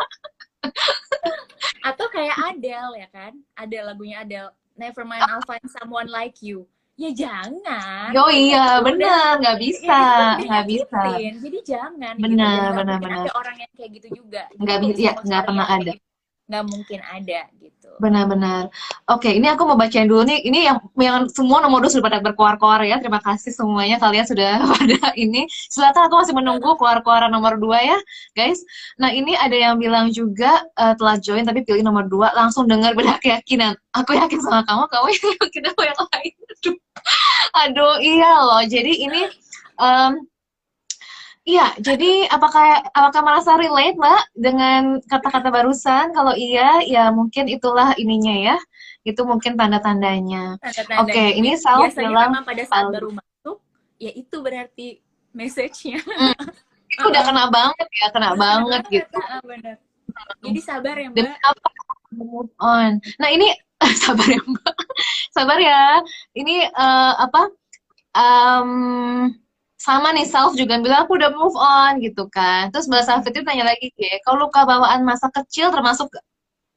Atau kayak Adele ya kan, ada lagunya Adele, Never mind I'll find someone like you. Ya jangan. Oh iya, bener, nggak bisa, nggak bisa. Jadi jangan. Bener, gitu. Dan bener. ada orang yang kayak gitu juga. Nggak bisa, ya, nggak pernah ada. Gitu. Nggak mungkin ada gitu. Benar-benar. Oke, ini aku mau bacain dulu nih. Ini yang semua nomor 2 sudah pada berkoar-koar ya. Terima kasih semuanya kalian sudah pada ini. Silakan, aku masih menunggu koar-koaran nomor 2 ya, guys. Nah, ini ada yang bilang juga telah join tapi pilih nomor 2, langsung dengar beda keyakinan. Aku yakin sama kamu yakin sama yang lain. Aduh, iya loh. Jadi ini iya, jadi apakah merasa relate, Mbak, dengan kata-kata barusan? Kalau iya, ya mungkin itulah ininya ya. Itu mungkin tanda-tandanya. Oke, ini Sal bilang memang pada saat baru masuk, ya itu berarti message-nya. Itu udah kena banget ya, kena banget gitu. Bener. Jadi sabar ya, Mbak. Move on. Nah, ini sabar ya, Mbak. Sabar ya. Ini sama nih, Self juga bilang aku udah move on gitu kan. Terus Mbak Safitri tanya lagi, kalau luka bawaan masa kecil termasuk gak?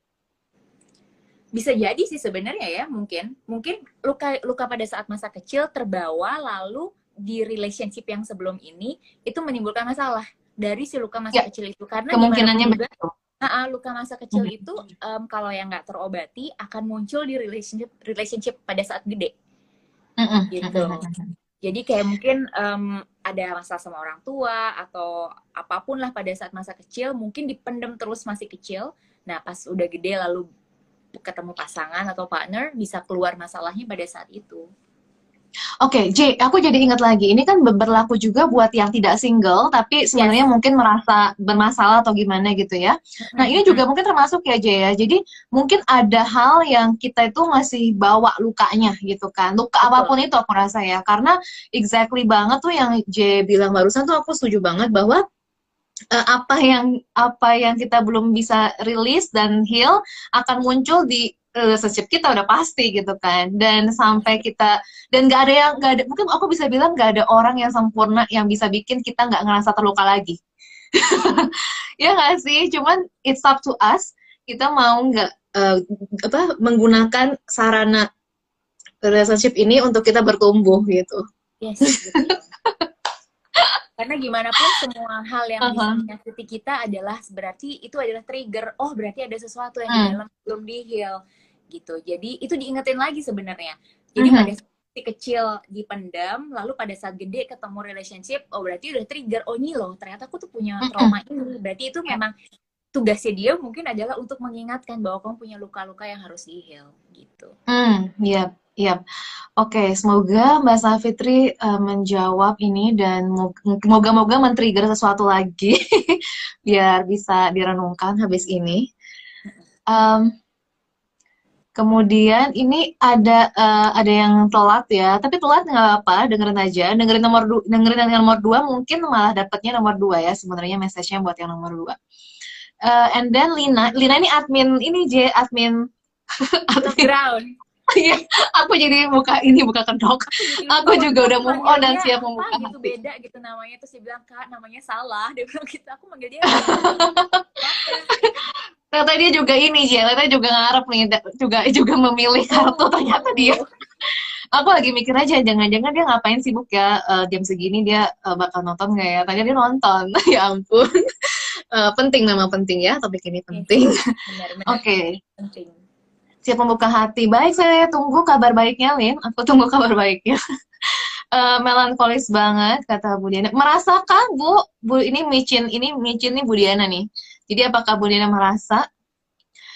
Bisa jadi sih sebenarnya ya, mungkin luka pada saat masa kecil terbawa lalu di relationship yang sebelum ini itu menimbulkan masalah dari si luka masa kecil itu, karena kemungkinannya begitu. Luka masa kecil itu kalau yang nggak terobati akan muncul di relationship pada saat gede gitu. Jadi kayak mungkin ada masalah sama orang tua atau apapun lah pada saat masa kecil, mungkin dipendam terus masih kecil. Nah pas udah gede lalu ketemu pasangan atau partner, bisa keluar masalahnya pada saat itu. Oke, J, aku jadi ingat lagi, ini kan berlaku juga buat yang tidak single, tapi sebenarnya mungkin merasa bermasalah atau gimana gitu ya. Nah, ini juga mungkin termasuk ya, J ya. Jadi, mungkin ada hal yang kita itu masih bawa lukanya gitu kan. Luka apapun itu aku rasa ya. Karena exactly banget tuh yang J bilang barusan tuh aku setuju banget bahwa apa yang kita belum bisa rilis dan heal akan muncul di relationship kita, udah pasti gitu kan. Dan sampai kita, dan nggak ada, mungkin aku bisa bilang nggak ada orang yang sempurna yang bisa bikin kita nggak ngerasa terluka lagi. Ya nggak sih, cuman it's up to us, kita mau nggak menggunakan sarana relationship ini untuk kita bertumbuh gitu. Yes, betul. Karena gimana pun semua hal yang bisa menyakiti kita adalah berarti itu adalah trigger. Oh, berarti ada sesuatu yang di dalam belum di-heal gitu. Jadi itu diingetin lagi sebenarnya. Jadi pada saat kecil dipendam, lalu pada saat gede ketemu relationship, oh berarti udah trigger. Oh ini loh, ternyata aku tuh punya trauma ini. Berarti itu memang tugasnya dia mungkin adalah untuk mengingatkan bahwa kamu punya luka-luka yang harus di-heal gitu. Iya. Oke, semoga Mbak Safitri menjawab ini dan moga-moga men-trigger sesuatu lagi biar bisa direnungkan habis ini. Kemudian ini ada yang telat ya, tapi telat nggak apa-apa, dengerin aja. Dengerin yang nomor 2 mungkin malah dapatnya nomor 2 ya sebenarnya message-nya buat yang nomor 2. And then Lina ini admin admin ground. Iya, aku jadi buka kedok. Aku juga udah move on dan siap membuka gitu, beda gitu namanya. Terus dia bilang, Kak, namanya salah. Dia bilang gitu, aku manggil dia. Ternyata dia juga ternyata juga ngarep nih, juga memilih kartu ternyata dia. Aku lagi mikir aja, jangan-jangan dia ngapain sibuk ya, jam segini dia bakal nonton nggak ya? Tanya dia nonton, ya ampun. Memang penting ya, topik ini penting. Oke. Penting. Siap membuka hati. Baik, saya tunggu kabar baiknya, Lin. Aku tunggu kabar baiknya. Melankolis banget, kata Bu Diana. Merasakah, Bu? Ini micin nih Bu Diana nih. Jadi apakah Bu Diana merasa?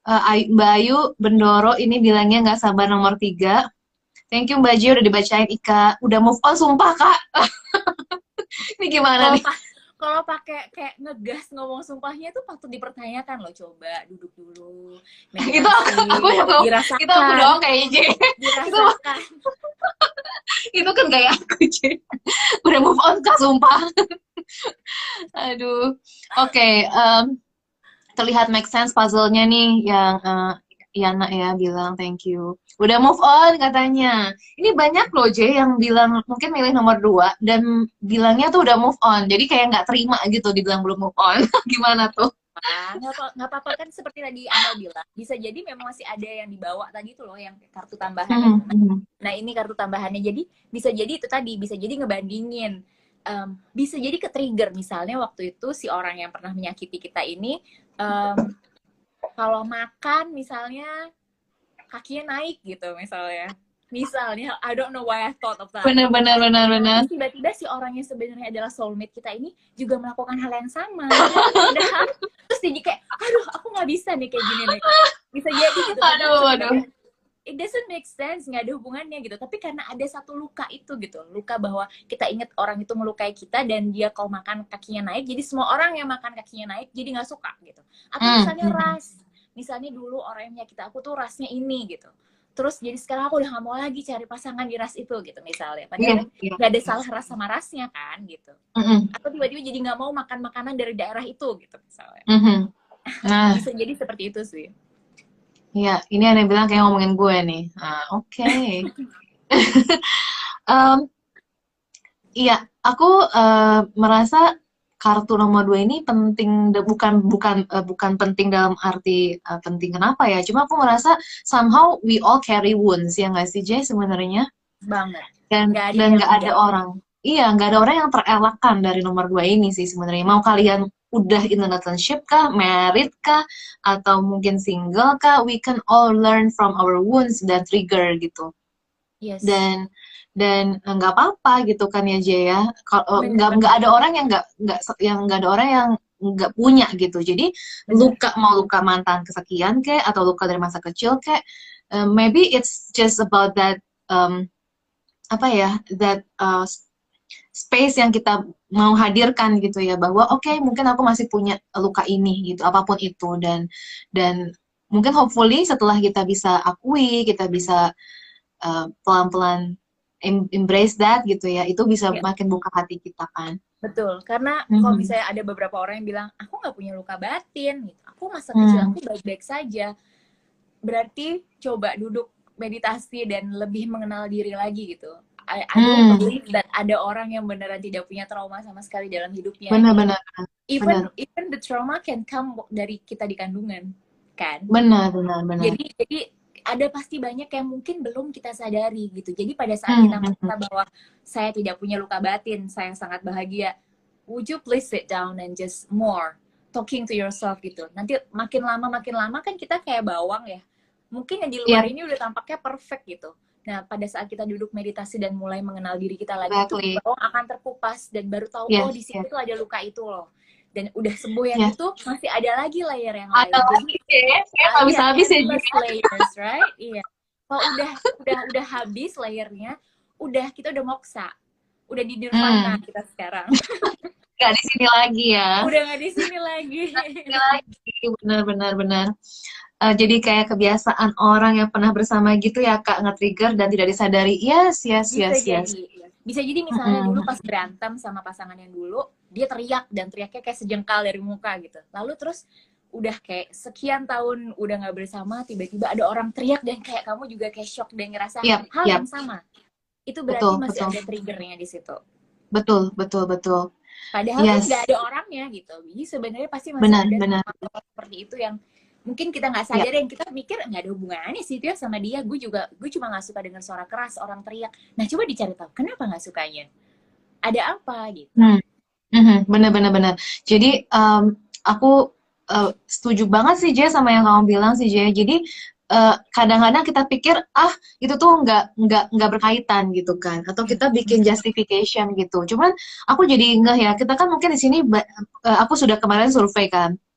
Mbak Ayu Bendoro ini bilangnya nggak sabar nomor 3. Thank you Mbak Ji udah dibacain Ika. Udah move on sumpah Kak. Ini gimana Kalau nih? kalau pakai kayak ngegas ngomong sumpahnya itu patut dipertanyakan loh. Coba duduk dulu, Itu meditasi, aku yang ngomong. Itu aku dirasakan, doang kayak J. Itu dirasakan. itu kan kayak aku J. Udah move on Kak sumpah. Aduh. Oke, terlihat make sense puzzle-nya nih yang Yana ya bilang thank you. Udah move on katanya. Ini banyak loh J yang bilang mungkin milih nomor 2 dan bilangnya tuh udah move on. Jadi kayak nggak terima gitu dibilang belum move on. Gimana tuh? Nggak apa-apa kan seperti tadi Amel bilang. Bisa jadi memang masih ada yang dibawa tadi tuh loh yang kartu tambahan. Nah ini kartu tambahannya. Jadi bisa jadi itu tadi. Bisa jadi ngebandingin. Bisa jadi ke-trigger. Misalnya waktu itu si orang yang pernah menyakiti kita ini kalau makan misalnya kakinya naik gitu misalnya I don't know why I thought of that. Benar. Tiba-tiba si orang yang sebenarnya adalah soulmate kita ini juga melakukan hal yang sama. Padahal terus jadi kayak aduh aku nggak bisa nih kayak gini nih. Bisa jadi gitu. Aduh. It doesn't make sense, nggak ada hubungannya gitu. Tapi karena ada satu luka itu gitu, luka bahwa kita ingat orang itu melukai kita dan dia kalau makan kakinya naik, jadi semua orang yang makan kakinya naik jadi nggak suka gitu. Atau misalnya misalnya dulu orang yang menyakiti aku tuh rasnya ini gitu. Terus jadi sekarang aku udah gak mau lagi cari pasangan di ras itu gitu misalnya. Padahal gak ada salah ras sama rasnya kan gitu. Atau tiba-tiba jadi gak mau makan makanan dari daerah itu gitu misalnya. Nah. Bisa jadi seperti itu sih. Iya, ini ada yang bilang kayak ngomongin gue nih. Oke. Iya, aku merasa kartu nomor 2 ini penting, bukan penting dalam arti penting kenapa ya, cuma aku merasa somehow we all carry wounds, ya nggak sih Jay sebenarnya? Banget. Dan nggak ada orang, nggak ada orang yang terelakkan dari nomor 2 ini sih sebenarnya. Mau kalian udah in a relationship kah, married kah, atau mungkin single kah, we can all learn from our wounds dan trigger gitu. Yes. Dan nggak apa-apa gitu kan ya Jay ya. Kalau nggak ada orang yang nggak ada orang yang nggak punya gitu. Jadi mau luka mantan kesekian kayak atau luka dari masa kecil kayak maybe it's just about that space yang kita mau hadirkan gitu ya, bahwa oke, mungkin aku masih punya luka ini gitu, apapun itu, dan mungkin hopefully setelah kita bisa akui, kita bisa pelan-pelan embrace that gitu ya, itu bisa makin buka hati kita kan. Betul, karena kalau misalnya ada beberapa orang yang bilang aku nggak punya luka batin gitu, aku masa kecil aku baik-baik saja, berarti coba duduk meditasi dan lebih mengenal diri lagi gitu. I don't believe that ada orang yang beneran tidak punya trauma sama sekali dalam hidupnya. Benar. Even the trauma can come dari kita di kandungan, kan? Benar. Jadi ada pasti banyak yang mungkin belum kita sadari gitu. Jadi pada saat kita merasa bahwa saya tidak punya luka batin, saya sangat bahagia, would you please sit down and just more talking to yourself gitu. Nanti makin lama kan kita kayak bawang ya. Mungkin yang di luar ini udah tampaknya perfect gitu. Nah, pada saat kita duduk meditasi dan mulai mengenal diri kita lagi, itu bawang akan terkupas dan baru tahu di situ tuh ada luka itu loh. Dan udah sembuh yang itu masih ada lagi layer yang lain. Ada lagi ya, saya nggak bisa habis ya. Layers, right? Iya. Kalau udah habis layernya, kita udah moksa, udah di nirvana kita sekarang. Nggak di sini lagi ya. Udah nggak di sini lagi. Benar. Jadi kayak kebiasaan orang yang pernah bersama gitu ya Kak, nge-trigger dan tidak disadari. Yes. Bisa jadi misalnya dulu pas berantem sama pasangan yang dulu, dia teriak dan teriaknya kayak sejengkal dari muka gitu. Lalu terus udah kayak sekian tahun udah nggak bersama, tiba-tiba ada orang teriak dan kayak kamu juga kayak shock dan ngerasa hal yang sama. Itu berarti masih ada triggernya di situ. Betul. Padahal kan nggak ada orangnya gitu. Jadi sebenarnya pasti masih ada hal seperti itu yang mungkin kita nggak sadar, yang kita mikir nggak ada hubungannya sih itu ya sama dia. Gue cuma nggak suka dengar suara keras, orang teriak. Nah coba dicari tahu kenapa nggak sukanya, ada apa gitu. Benar. Jadi aku setuju banget sih Jay sama yang kamu bilang sih Jay. Jadi kadang-kadang kita pikir itu tuh nggak berkaitan gitu kan, atau kita bikin justification gitu. Cuman aku jadi ngeh ya, kita kan mungkin di sini aku sudah kemarin survei kan.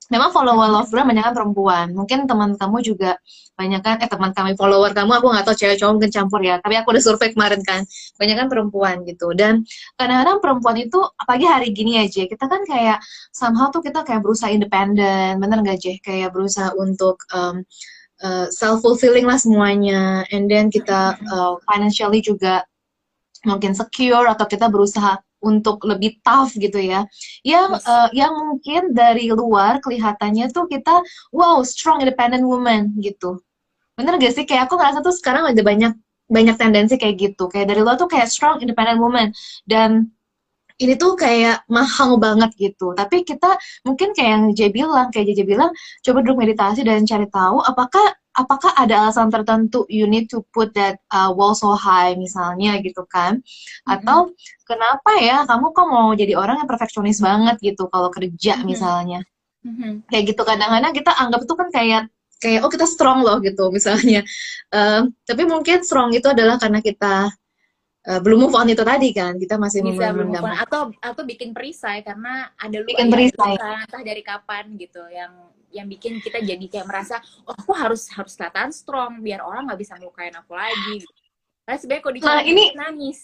memang follower Lovegram banyak kan perempuan. Mungkin teman kamu juga banyak kan, teman kami follower kamu, aku nggak tahu cewek cowok mungkin campur ya. Tapi aku udah survei kemarin kan, banyak kan perempuan gitu. Dan kadang-kadang perempuan itu, apalagi hari gini aja, kita kan kayak somehow tuh kita kayak berusaha independen, bener nggak Jeh? Kayak berusaha untuk self fulfilling lah semuanya. And then kita financially juga mungkin secure, atau kita berusaha untuk lebih tough gitu ya. Yang Yes. yang mungkin dari luar kelihatannya tuh kita wow, strong independent woman gitu. Bener gak sih? Kayak aku ngerasa tuh sekarang ada banyak banyak tendensi kayak gitu. Kayak dari luar tuh kayak strong independent woman, dan ini tuh kayak mahal banget gitu. Tapi kita mungkin kayak yang kayak JJ bilang, coba dulu meditasi dan cari tahu apakah ada alasan tertentu you need to put that wall so high misalnya gitu kan. Mm-mm. Atau kenapa ya kamu kok mau jadi orang yang perfeksionis banget gitu kalau kerja Mhm. misalnya. Mhm. Kayak gitu kadang-kadang kita anggap itu kan kayak kayak oh kita strong loh gitu misalnya. Tapi mungkin strong itu adalah karena kita belum move on itu tadi kan, kita masih Bisa belum move on, memendam atau bikin perisai karena ada bikin ya ada perisai. luka entah dari kapan gitu yang bikin kita jadi kayak merasa oh aku harus kelihatan strong biar orang nggak bisa ngelukain aku lagi gitu. Karena sebenarnya kalau Nah, dicari ini nangis.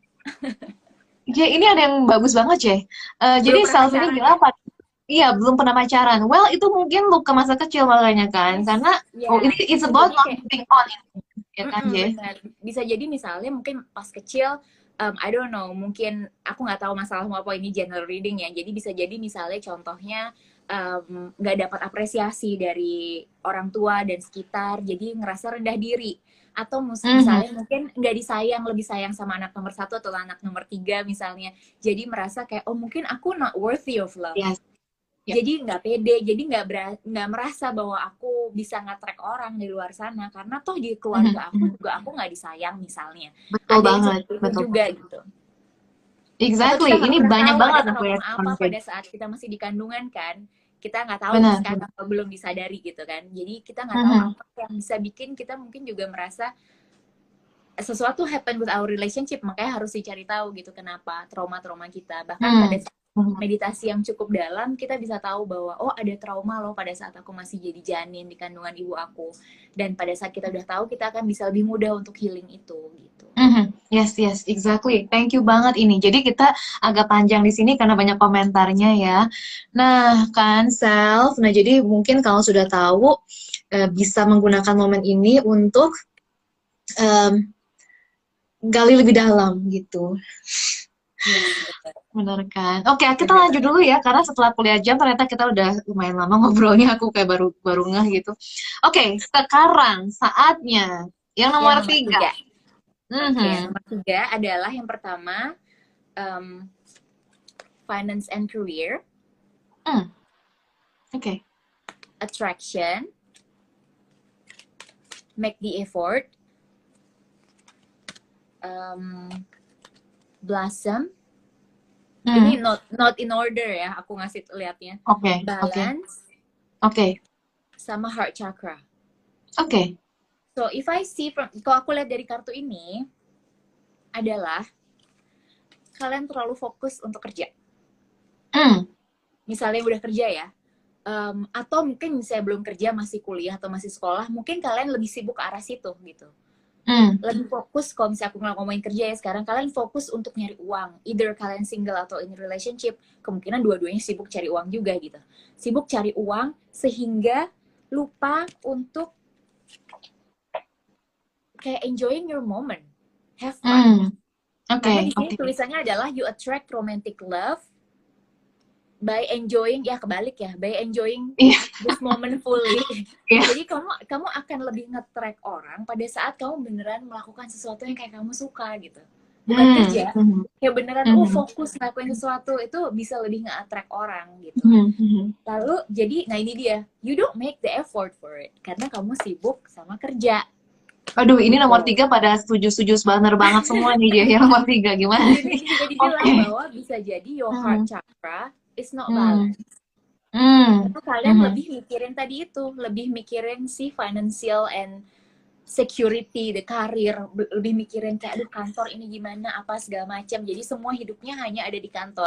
ini ada yang bagus banget, Jay. Jadi Belum pernah self ini pacaran bilang ya. apa? Iya, belum pernah pacaran. Well, itu mungkin luka masa kecil makanya kan. Yes, Karena oh ini ya it's bisa about jadi not kayak moving on, ya kan, Jay? benar. Bisa jadi misalnya mungkin pas kecil, I don't know, mungkin aku nggak tahu masalahmu apa, ini general reading ya. Jadi bisa jadi misalnya contohnya nggak dapat apresiasi dari orang tua dan sekitar, jadi ngerasa rendah diri. Atau Mhm. misalnya mungkin nggak disayang, lebih sayang sama anak nomor satu atau anak nomor tiga misalnya. Jadi merasa kayak, oh mungkin aku not worthy of love. Yes. Yep. Jadi nggak pede, jadi nggak merasa bahwa aku bisa nge-track orang di luar sana, karena toh di keluarga aku juga aku nggak disayang misalnya. Betul Ada yang banget, seperti itu betul juga banget. gitu. Atau Exactly. kita nggak Ini pernah banyak tahu ada banget aku ya trauma teman apa Jay. pada saat kita masih di kandungan kan. Kita nggak tahu tuh Benar. sekarang kalau belum disadari gitu kan. Jadi kita nggak tahu Mhm. apa yang bisa bikin kita mungkin juga merasa sesuatu happen with our relationship, makanya harus dicari tahu gitu kenapa trauma-trauma kita. Bahkan pada Mhm. Mhm. meditasi yang cukup dalam, kita bisa tahu bahwa oh ada trauma loh pada saat aku masih jadi janin di kandungan ibu aku. Dan pada saat kita udah tahu, kita akan bisa lebih mudah untuk healing itu gitu. Mhm. Yes, yes, exactly. Thank you banget ini. Jadi kita agak panjang di sini karena banyak komentarnya ya. Nah, kan self. Nah, jadi mungkin kalau sudah tahu bisa menggunakan momen ini untuk em, gali lebih dalam gitu. Yes, Benar kan? Oke, kita benar lanjut banget. dulu ya karena setelah kuliah jam ternyata kita udah lumayan lama ngobrolnya. Aku kayak baru baru ngeh gitu. Oke, sekarang saatnya yang Yang nomor nomor 3. 3. Oke, yang Mhm. nomor 3 adalah yang pertama, um, finance and career, Hmm, Oke. attraction, make the effort, um, blossom. Ini Hmm, not in order ya, aku ngasih lihatnya. Oke, oke, Balance oke, sama heart chakra. oke. So if I see kalau aku lihat dari kartu ini adalah kalian terlalu fokus untuk kerja. Hmm, Misalnya udah kerja ya, atau mungkin saya belum kerja, masih kuliah atau masih sekolah, mungkin kalian lebih sibuk ke arah situ gitu. hmm, Lebih fokus, kalau misalnya aku ngomongin kerja ya sekarang, kalian fokus untuk nyari uang. Either kalian single atau in relationship, kemungkinan dua-duanya sibuk cari uang juga gitu. Sibuk cari uang sehingga lupa untuk kayak enjoying your moment. Have fun. hmm. Karena Oke, di sini oke. tulisannya adalah you attract romantic love by enjoying, ya kebalik ya, by enjoying Iya, this moment fully. iya. Jadi kamu akan lebih nge-track orang pada saat kamu beneran melakukan sesuatu yang kayak kamu suka gitu. Bukan Hmm, kerja, hmm, kayak beneran hmm, fokus ngelakuin sesuatu, itu bisa lebih nge-attract orang gitu. hmm. Lalu jadi, nah ini dia, you don't make the effort for it karena kamu sibuk sama kerja. Aduh, ini nomor Gitu. 3 pada setuju-setuju banget semua nih dia. Yang nomor 3 Di gimana sini nih? juga dibilang Oke. bahwa bisa jadi your heart Hmm, chakra is not hmm, balanced. hmm, Karena kalian hmm, lebih mikirin tadi itu, lebih mikirin si financial and security, the karir, lebih mikirin kayak aduh kantor ini gimana, apa segala macam. Jadi semua hidupnya hanya ada di kantor.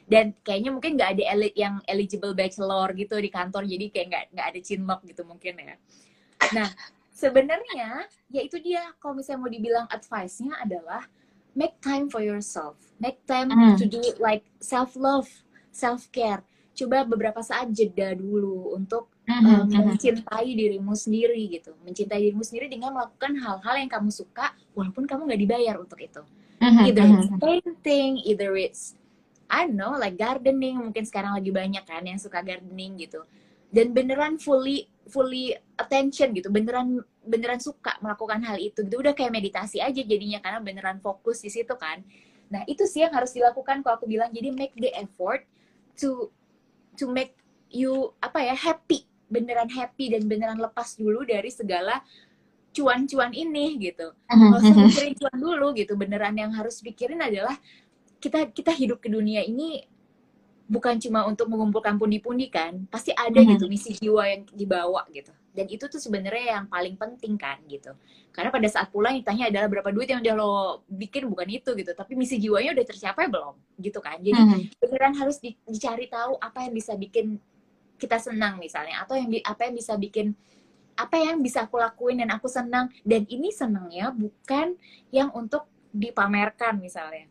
Dan kayaknya mungkin nggak ada yang eligible bachelor gitu di kantor, jadi kayak nggak ada chinlock gitu mungkin ya. Nah, sebenarnya ya itu dia, kalau misalnya mau dibilang advice-nya adalah make time for yourself, make time to do like self love, self care. Coba beberapa saat jeda dulu untuk mencintai dirimu sendiri gitu, mencintai dirimu sendiri dengan melakukan hal-hal yang kamu suka walaupun kamu nggak dibayar untuk itu. Either it's painting, either it's I don't know, like gardening, mungkin sekarang lagi banyak kan yang suka gardening gitu. Dan beneran fully attention gitu, beneran suka melakukan hal itu gitu. Udah kayak meditasi aja jadinya, karena beneran fokus di situ kan. Nah, itu sih yang harus dilakukan kalau aku bilang. Jadi make the effort to make you happy, beneran happy dan beneran lepas dulu dari segala cuan-cuan ini gitu. Nggak usah mikirin cuan dulu gitu. Beneran yang harus pikirin adalah kita hidup ke dunia ini bukan cuma untuk mengumpulkan pundi-pundi kan, pasti ada gitu misi jiwa yang dibawa gitu. Dan itu tuh sebenarnya yang paling penting kan gitu. Karena pada saat pulang ditanya adalah berapa duit yang udah lo bikin, bukan itu gitu, tapi misi jiwanya udah tercapai belum gitu kan. Jadi beneran harus dicari tahu apa yang bisa bikin kita senang misalnya, atau apa yang bisa bikin, apa yang bisa aku lakuin dan aku senang, dan ini senangnya bukan yang untuk dipamerkan misalnya.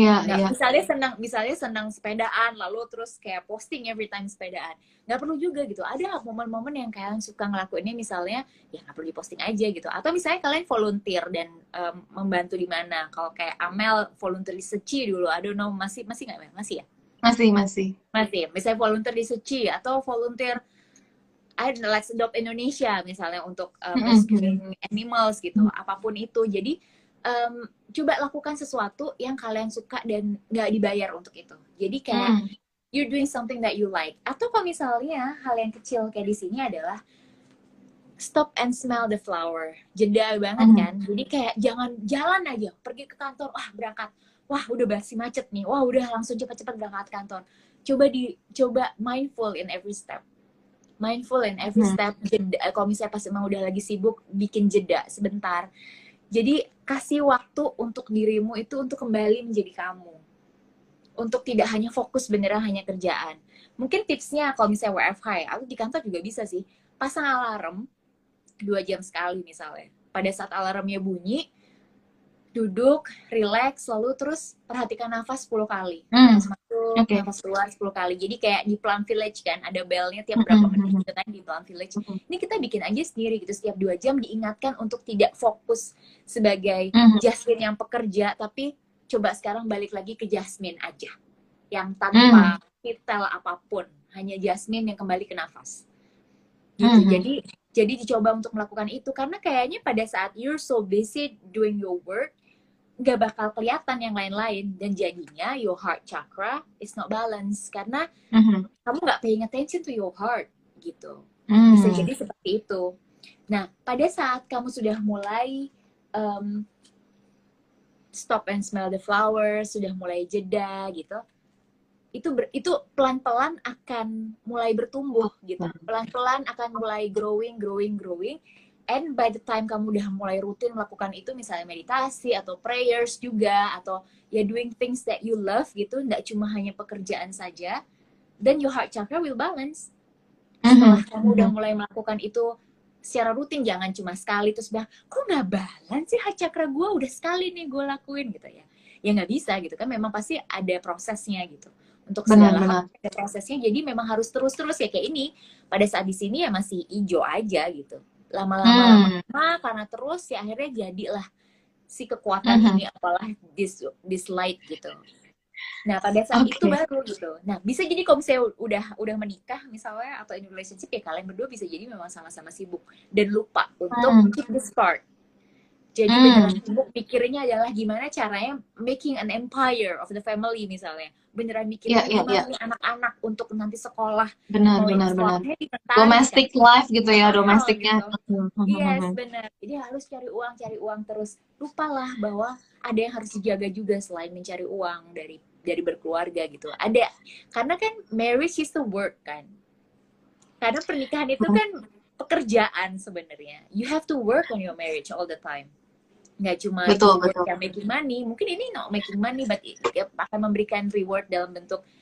Misalnya senang sepedaan, lalu terus kayak posting every time sepedaan. Nggak perlu juga gitu. Ada momen-momen yang kalian suka ngelakuinnya, misalnya ya nggak perlu diposting aja gitu. Atau misalnya kalian volunteer dan membantu di mana. Kalau kayak Amel volunteer di Seci dulu, I don't know, masih nggak Mel? Masih ya? Masih. Misalnya volunteer di Seci, atau volunteer Let's Adopt Indonesia misalnya untuk rescuing animals gitu. Apapun itu. Jadi coba lakukan sesuatu yang kalian suka dan nggak dibayar untuk itu. Jadi kayak you're doing something that you like. Atau kalau misalnya hal yang kecil kayak di sini adalah stop and smell the flower. Jeda banget kan. Jadi kayak jangan jalan aja, pergi ke kantor, berangkat. Wah, udah masih macet nih. Wah, udah langsung cepat-cepat berangkat kantor. Coba mindful in every step. Mindful in every step. Jeda. Kalau misalnya pas emang udah lagi sibuk, bikin jeda sebentar. Jadi kasih waktu untuk dirimu itu untuk kembali menjadi kamu. Untuk tidak hanya fokus beneran hanya kerjaan. Mungkin tipsnya kalau misalnya WFH ya, atau di kantor juga bisa sih. Pasang alarm 2 jam sekali misalnya. Pada saat alarmnya bunyi, duduk, relax, lalu terus perhatikan nafas 10 kali. Nafas masuk, nafas keluar 10 kali. Jadi kayak di Plum Village kan, ada bellnya tiap berapa menit gitu kan di Plum Village. Ini kita bikin aja sendiri gitu, setiap 2 jam diingatkan untuk tidak fokus sebagai Jasmine yang pekerja, tapi coba sekarang balik lagi ke Jasmine aja. Yang tanpa titel apapun, hanya Jasmine yang kembali ke nafas. Gitu. Jadi dicoba untuk melakukan itu, karena kayaknya pada saat you're so busy doing your work, nggak bakal kelihatan yang lain-lain, dan jadinya your heart chakra is not balanced karena kamu nggak paying attention to your heart gitu. Bisa jadi seperti itu. Nah, pada saat kamu sudah mulai stop and smell the flowers, sudah mulai jeda gitu, itu pelan-pelan akan mulai bertumbuh gitu. Pelan-pelan akan mulai growing. And by the time kamu udah mulai rutin melakukan itu, misalnya meditasi atau prayers juga, atau ya doing things that you love gitu, nggak cuma hanya pekerjaan saja, then your heart chakra will balance. Setelah kamu udah mulai melakukan itu secara rutin, jangan cuma sekali terus bilang, kok nggak balance sih heart chakra gue, udah sekali nih gue lakuin gitu ya. Ya nggak bisa gitu kan, memang pasti ada prosesnya gitu. Untuk segala hal ada prosesnya, jadi memang harus terus-terus ya kayak ini. Pada saat di sini ya masih hijau aja gitu. Lama-lama karena terus ya akhirnya jadilah si kekuatan ini, apalah this light gitu. Nah, pada saat itu baru gitu. Nah, bisa jadi kalau misalnya udah menikah misalnya, atau in relationship, ya kalian berdua bisa jadi memang sama-sama sibuk dan lupa untuk keep the spark. Jadi beneran sibuk pikirnya adalah gimana caranya making an empire of the family misalnya. Beneran mikirin gimana nih anak-anak untuk nanti sekolah. Benar. Domestic kan? Life gitu ya, domestiknya. Gitu. Yes, benar. Jadi harus cari uang terus. Lupalah bahwa ada yang harus dijaga juga selain mencari uang dari berkeluarga gitu. Ada, karena kan marriage is to work kan. Karena pernikahan itu kan pekerjaan sebenarnya. You have to work on your marriage all the time. Nggak cuma betul. Yang making money, mungkin ini not making money, but akan memberikan reward dalam bentuk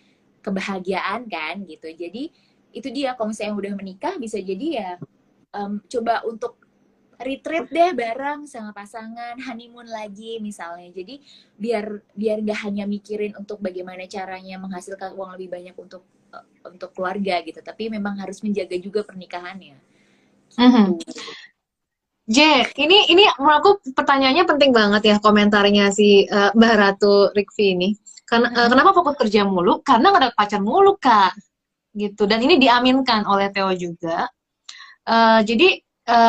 kebahagiaan kan gitu. Jadi itu dia, kalau misalnya yang udah menikah bisa jadi ya coba untuk retreat deh bareng sama pasangan, honeymoon lagi misalnya. Jadi biar nggak hanya mikirin untuk bagaimana caranya menghasilkan uang lebih banyak untuk keluarga gitu, tapi memang harus menjaga juga pernikahannya. Mhm. J, ini menurut aku pertanyaannya penting banget ya, komentarnya si Mbak Ratu Rikvi ini. Karena kenapa fokus kerja mulu? Karena nggak ada pacar mulu, Kak. Gitu. Dan ini diaminkan oleh Theo juga. Jadi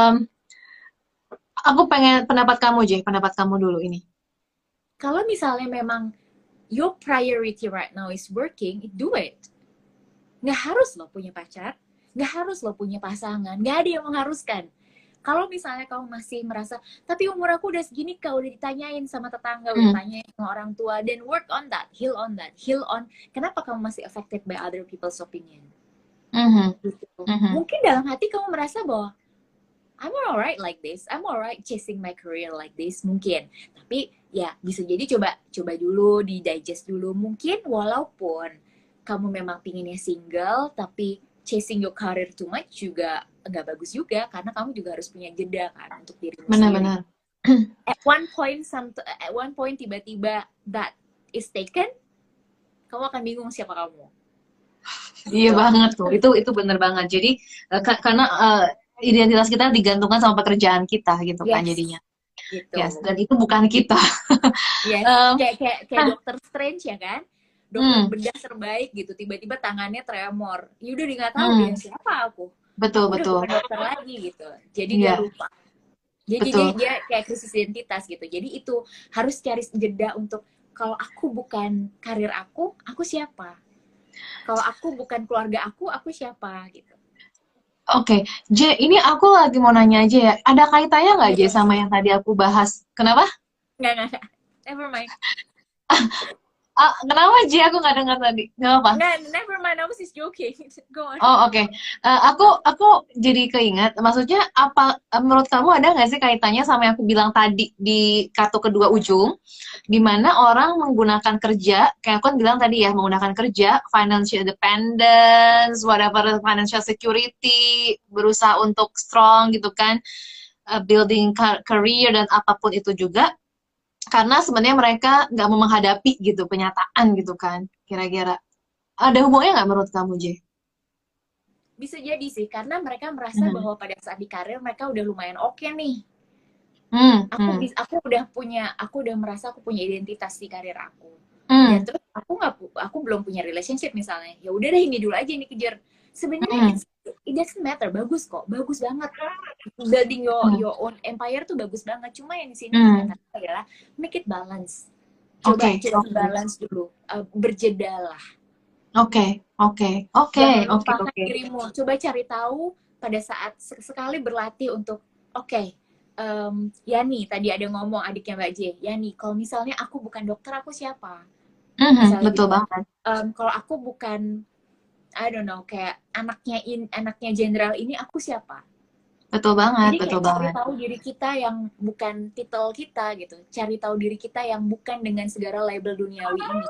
aku pengen pendapat kamu, J. Pendapat kamu dulu ini. Kalau misalnya memang your priority right now is working, do it. Nggak harus lo punya pacar, nggak harus lo punya pasangan, nggak ada yang mengharuskan. Kalau misalnya kamu masih merasa, tapi umur aku udah segini, kau udah ditanyain sama tetangga, udah ditanyain sama orang tua, then work on that, heal on. Kenapa kamu masih affected by other people's opinion? Gitu. Mungkin dalam hati kamu merasa bahwa I'm alright like this, I'm alright chasing my career like this, mungkin. Tapi ya bisa jadi coba dulu, di digest dulu. Mungkin walaupun kamu memang pinginnya single, tapi chasing your career too much juga nggak bagus juga, karena kamu juga harus punya jeda kan untuk dirimu sendiri. Benar-benar. At one point tiba-tiba that is taken, kamu akan bingung siapa kamu. Iya banget tuh, itu bener banget. Jadi karena identitas kita digantungkan sama pekerjaan kita gitu kan jadinya. Gitu. Yes, dan itu bukan kita. Yes. Kayak Dokter Strange ya kan? Dokter bedah terbaik gitu, tiba-tiba tangannya tremor. Ya udah dia nggak tahu dia siapa aku. Betul. Udah bukan dokter lagi gitu. Jadi dia lupa. Jadi dia kayak krisis identitas gitu. Jadi itu harus cari jeda untuk, kalau aku bukan karir aku siapa? Kalau aku bukan keluarga aku siapa gitu. Oke, J, ini aku lagi mau nanya aja ya. Ada kaitannya nggak, J, sama yang tadi aku bahas? Kenapa? Nggak. Never mind. Kenapa, J? Aku nggak dengar tadi. Nggak apa? Never mind. I was just joking. Go on. Oh, oke. Aku jadi keinget. Maksudnya apa? Menurut kamu ada nggak sih kaitannya sama yang aku bilang tadi di kartu kedua ujung, di mana orang menggunakan kerja, kayak aku kan bilang tadi ya, menggunakan kerja, financial independence, whatever, financial security, berusaha untuk strong gitu kan, building career dan apapun itu juga, karena sebenarnya mereka nggak mau menghadapi gitu kenyataan gitu kan, kira-kira. Ada hubungannya nggak menurut kamu, J? Bisa jadi sih, karena mereka merasa bahwa pada saat di karir mereka udah lumayan oke nih. Aku udah merasa aku punya identitas di karir aku. Dan terus aku belum punya relationship misalnya. Ya udah deh, ini dulu aja nih kejar. Sebenarnya it doesn't matter, bagus kok, bagus banget. Building your own empire tuh bagus banget. Cuma yang di sini adalah make it balance. Coba balance dulu, berjedalah. Oke. Dirimu. Coba cari tahu pada saat sekali berlatih untuk Yani tadi ada ngomong, adiknya Mbak J, Yani, kalau misalnya aku bukan dokter, aku siapa? Betul banget. Kalau aku bukan, I don't know, kayak anaknya jenderal ini, aku siapa? Betul banget. Jadi cari tahu diri kita yang bukan titel kita gitu. Cari tahu diri kita yang bukan dengan segala label duniawi ini.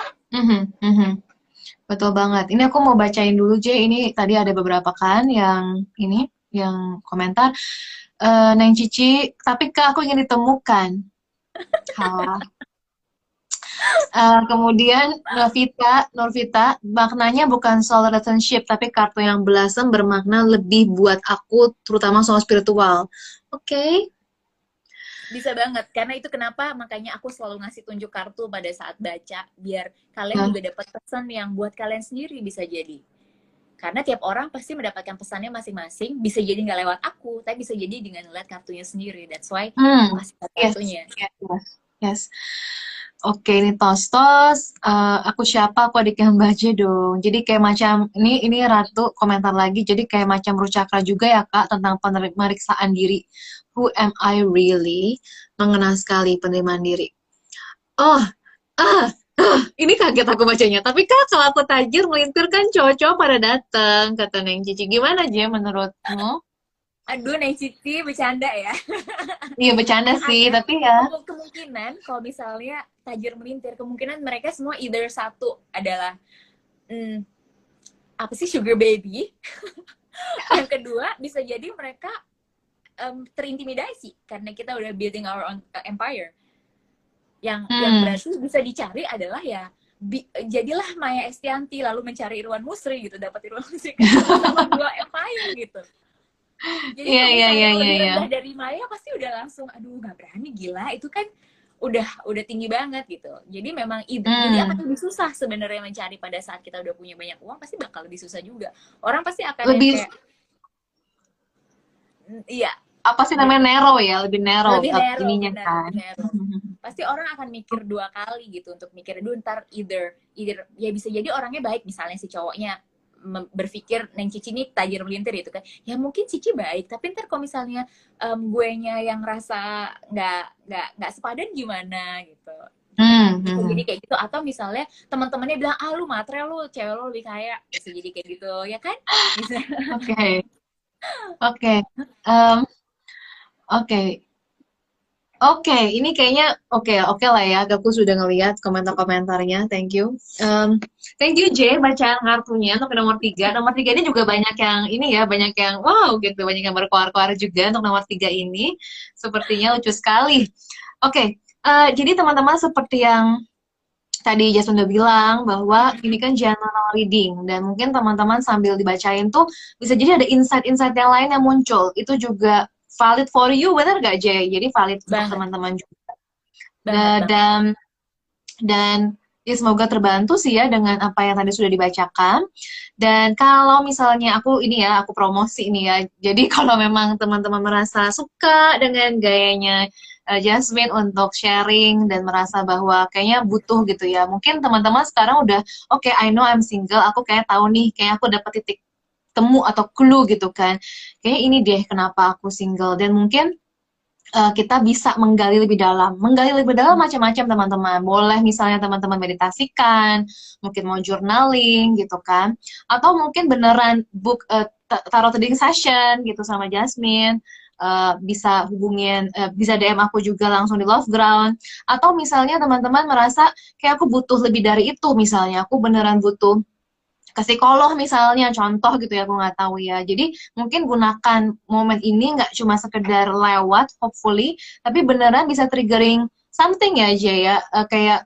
Betul banget. Ini aku mau bacain dulu, J. Ini tadi ada beberapa kan yang komentar. Neng Cici, tapi Kak, aku ingin ditemukan. Kemudian Nurvita, maknanya bukan soal relationship, tapi kartu yang belasem bermakna lebih buat aku, terutama soal spiritual. Oke. Bisa banget, karena itu kenapa makanya aku selalu ngasih tunjuk kartu pada saat baca, biar kalian juga dapat pesan yang buat kalian sendiri bisa jadi. Karena tiap orang pasti mendapatkan pesannya masing-masing, bisa jadi nggak lewat aku, tapi bisa jadi dengan lihat kartunya sendiri. That's why kasih kartunya. Yes. Oke, ini tos. Aku siapa? Aku adiknya Mbak J dong. Jadi kayak macam, ini Ratu komentar lagi, jadi kayak macam Ruh Cakra juga ya Kak, tentang pemeriksaan diri. Who am I really? Mengenal sekali penerimaan diri. Ini kaget aku bacanya. Tapi Kak, kalau aku tajir melintir kan cowok-cowok pada datang, kata Neng Cici. Gimana J menurutmu? Aduh, Neng Cici bercanda ya. Iya bercanda sih, tapi ya. Kemungkinan kalau misalnya tajir melintir, kemungkinan mereka semua either satu adalah apa sih, sugar baby. Yang kedua bisa jadi mereka terintimidasi karena kita udah building our own empire. Yang berarti bisa dicari adalah ya jadilah Maya Estianty lalu mencari Irwan Musri gitu, dapat Irwan Musri kan sama 2 empire gitu. Jadi kalau lebih rendah dari Maya pasti udah langsung aduh nggak berani, gila itu kan udah tinggi banget gitu. Jadi memang jadi akan lebih susah sebenarnya mencari pada saat kita udah punya banyak uang, pasti bakal lebih susah juga. Orang pasti akan lebih kayak iya, apa sih namanya, narrow ya, lebih narrow ininya benar, kan. Pasti orang akan mikir 2 kali gitu untuk mikir dulu, ntar either ya bisa jadi orangnya baik, misalnya si cowoknya berpikir Neng Cici ini tajir melintir gitu kan, ya mungkin Cici baik, tapi ntar kalau misalnya guenya yang rasa nggak sepadan gimana gitu. Bisa jadi kayak gitu. Atau misalnya teman-temannya bilang lu matre, lu cewek lu lebih kaya, bisa jadi kayak gitu ya kan. Bisa. Oke, ini kayaknya oke lah ya. Aku sudah ngelihat komentar-komentarnya. Thank you. Thank you J, bacaan kartunya untuk nomor 3. Nomor 3 ini juga banyak yang ini ya, banyak yang wow gitu, banyak yang berkoar-koar juga untuk nomor 3 ini. Sepertinya lucu sekali. Oke, jadi teman-teman seperti yang tadi Jason udah bilang bahwa ini kan general reading, dan mungkin teman-teman sambil dibacain tuh bisa jadi ada insight-insight yang lain yang muncul. Itu juga valid for you, bener gak Jay? Jadi valid untuk teman-teman juga. Dan ya semoga terbantu sih ya dengan apa yang tadi sudah dibacakan. Dan kalau misalnya aku promosi ini ya. Jadi kalau memang teman-teman merasa suka dengan gayanya Jasmine untuk sharing dan merasa bahwa kayaknya butuh gitu ya. Mungkin teman-teman sekarang udah oke, I know I'm single, aku kayak tahu nih, kayak aku dapat titik temu atau clue gitu kan. Kayaknya ini deh kenapa aku single, dan mungkin kita bisa menggali lebih dalam. Menggali lebih dalam macam-macam teman-teman. Boleh misalnya teman-teman meditasikan, mungkin mau journaling gitu kan. Atau mungkin beneran book tarot reading session gitu sama Jasmine. Bisa hubungin, bisa DM aku juga langsung di Love Ground. Atau misalnya teman-teman merasa kayak aku butuh lebih dari itu, misalnya aku beneran butuh ke psikolog misalnya, contoh gitu ya, aku nggak tahu ya. Jadi mungkin gunakan momen ini nggak cuma sekedar lewat, hopefully, tapi beneran bisa triggering something ya, Jay ya. Kayak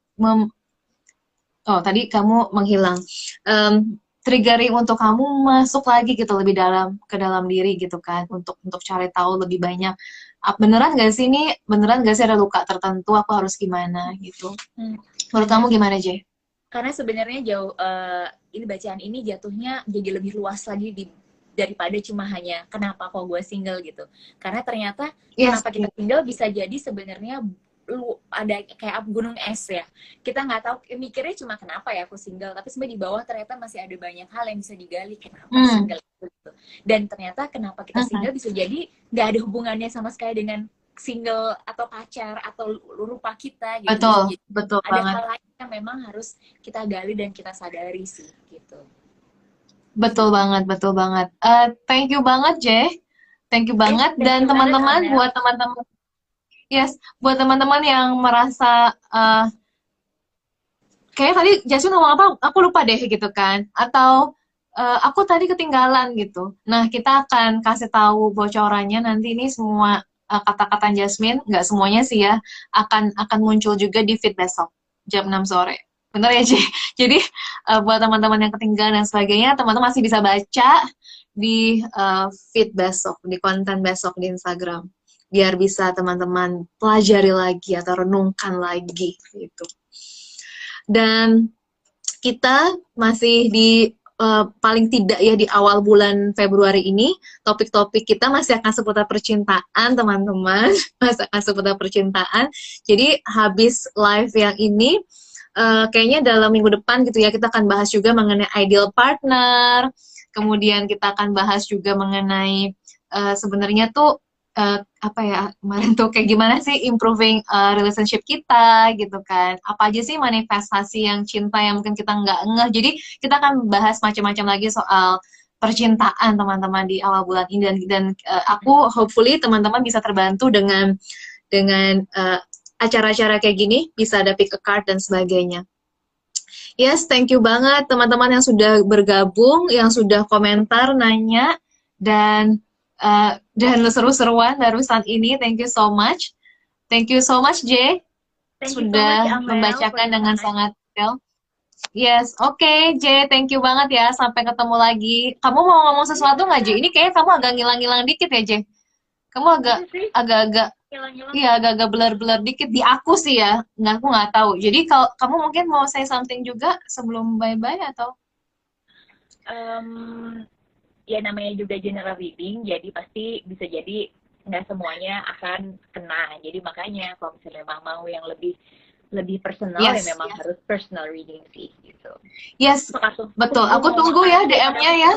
tadi kamu menghilang. Triggering untuk kamu masuk lagi gitu lebih dalam ke dalam diri gitu kan, untuk cari tahu lebih banyak. Beneran gak sih ini, beneran gak sih ada luka tertentu, aku harus gimana gitu. Menurut kamu gimana, Jay? Karena sebenarnya ini bacaan ini jatuhnya jadi lebih luas lagi daripada cuma hanya kenapa kok gue single gitu. Karena ternyata kenapa kita single bisa jadi sebenarnya ada kayak gunung es ya. Kita nggak tahu, mikirnya cuma kenapa ya aku single, tapi sebenarnya di bawah ternyata masih ada banyak hal yang bisa digali kenapa single gitu. Dan ternyata kenapa kita single bisa jadi nggak ada hubungannya sama sekali dengan single atau pacar atau rupa kita gitu. Betul ada banget. Hal lain yang memang harus kita gali dan kita sadari sih gitu. Betul banget. Thank you banget Jay, thank you banget. Dan teman-teman, buat teman-teman buat teman-teman yang merasa kayak tadi Jasmine ngomong apa aku lupa deh gitu kan, atau aku tadi ketinggalan gitu. Nah, kita akan kasih tahu bocorannya nanti. Ini semua kata-kata Jasmine, nggak semuanya sih ya, akan muncul juga di feed besok jam 6 sore. Bener ya, Ci? Jadi buat teman-teman yang ketinggalan dan sebagainya, teman-teman masih bisa baca di feed besok, di konten besok di Instagram, biar bisa teman-teman pelajari lagi atau renungkan lagi gitu. Dan kita masih di paling tidak ya di awal bulan Februari ini, topik-topik kita masih akan seputar percintaan, teman-teman. Masih akan seputar percintaan. Jadi habis live yang ini, kayaknya dalam minggu depan gitu ya, kita akan bahas juga mengenai ideal partner. Kemudian kita akan bahas juga mengenai sebenarnya tuh apa ya, kemarin tuh kayak gimana sih improving relationship kita gitu kan, apa aja sih manifestasi yang cinta yang mungkin kita nggak ngeh. Jadi kita akan bahas macam-macam lagi soal percintaan teman-teman di awal bulan ini, dan aku hopefully teman-teman bisa terbantu dengan acara-acara kayak gini, bisa ada pick a card dan sebagainya. Yes, thank you banget teman-teman yang sudah bergabung, yang sudah komentar, nanya, dan seru-seruan barusan ini. Thank you so much. Thank you so much, Jay. Thank you so Sudah much, Amel, for membacakan your dengan time. sangat detail. Yes, oke, Jay, thank you banget ya. Sampai ketemu lagi. Kamu mau ngomong sesuatu nggak, Jay? Ini kayaknya kamu agak ngilang-ngilang dikit ya, Jay. Kamu Masa sih? agak-agak Hilang-hilang. iya, agak-agak blur-blur dikit di aku sih ya. Aku nggak tahu. Jadi kalau kamu mungkin mau say something juga sebelum bye-bye atau? Ya namanya juga general reading, jadi pasti bisa jadi nggak semuanya akan kena. Jadi makanya kalau misalnya memang mau yang lebih personal, ya Yes, memang harus personal reading sih gitu. yes, betul. Aku tunggu ya DM-nya ya.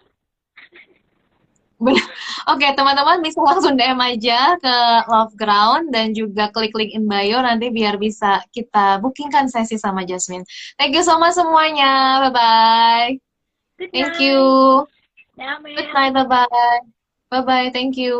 Benar. Oke, teman-teman bisa langsung DM aja ke Love Ground dan juga klik link in bio nanti biar bisa kita bookingkan sesi sama Jasmine. Thank you so much semuanya. Bye-bye. Thank you. Good night. Bye-bye. Bye-bye. Thank you.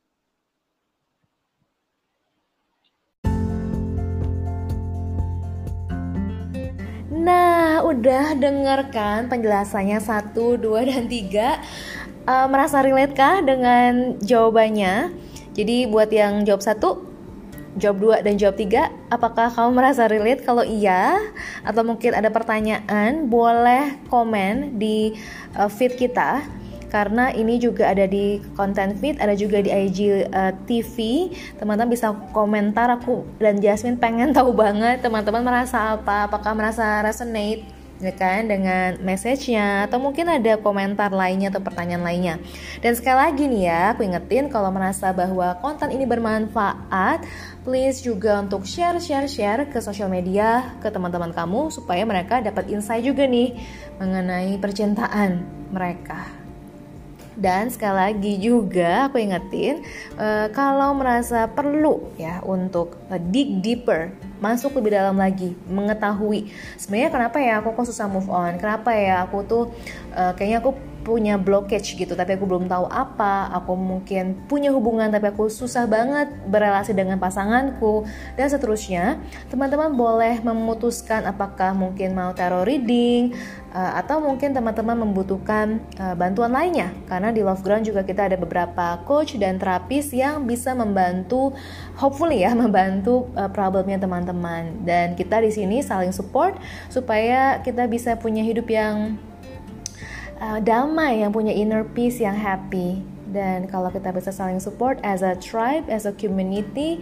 Nah, udah dengarkan penjelasannya 1, 2, dan 3. Merasa relate kah dengan jawabannya? Jadi buat yang jawab 1, jawab 2, dan jawab 3, apakah kamu merasa relate? Kalau iya, atau mungkin ada pertanyaan, boleh komen di feed kita. Karena ini juga ada di konten feed, ada juga di IG TV. Teman-teman bisa komentar, aku dan Jasmine pengen tahu banget teman-teman merasa apa, apakah merasa resonate ya kan dengan message-nya, atau mungkin ada komentar lainnya atau pertanyaan lainnya. Dan sekali lagi nih ya, aku ingetin kalau merasa bahwa konten ini bermanfaat, please juga untuk share ke sosial media ke teman-teman kamu supaya mereka dapat insight juga nih mengenai percintaan mereka. Dan sekali lagi juga aku ingetin kalau merasa perlu ya untuk dig deeper, masuk lebih dalam lagi, mengetahui sebenarnya kenapa ya aku kok susah move on, kenapa ya aku tuh kayaknya aku punya blockage gitu tapi aku belum tahu apa, aku mungkin punya hubungan tapi aku susah banget berelasi dengan pasanganku dan seterusnya. Teman-teman boleh memutuskan apakah mungkin mau tarot reading atau mungkin teman-teman membutuhkan bantuan lainnya, karena di Love Ground juga kita ada beberapa coach dan terapis yang bisa membantu, hopefully ya, membantu problemnya teman-teman, dan kita di sini saling support supaya kita bisa punya hidup yang damai, yang punya inner peace, yang happy. Dan kalau kita bisa saling support as a tribe, as a community,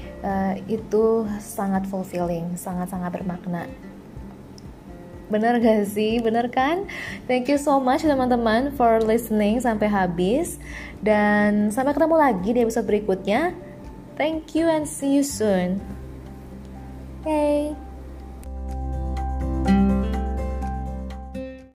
itu sangat fulfilling, sangat-sangat bermakna. Bener gak sih? Bener kan? Thank you so much teman-teman for listening sampai habis. Dan sampai ketemu lagi di episode berikutnya. Thank you and see you soon. Hey.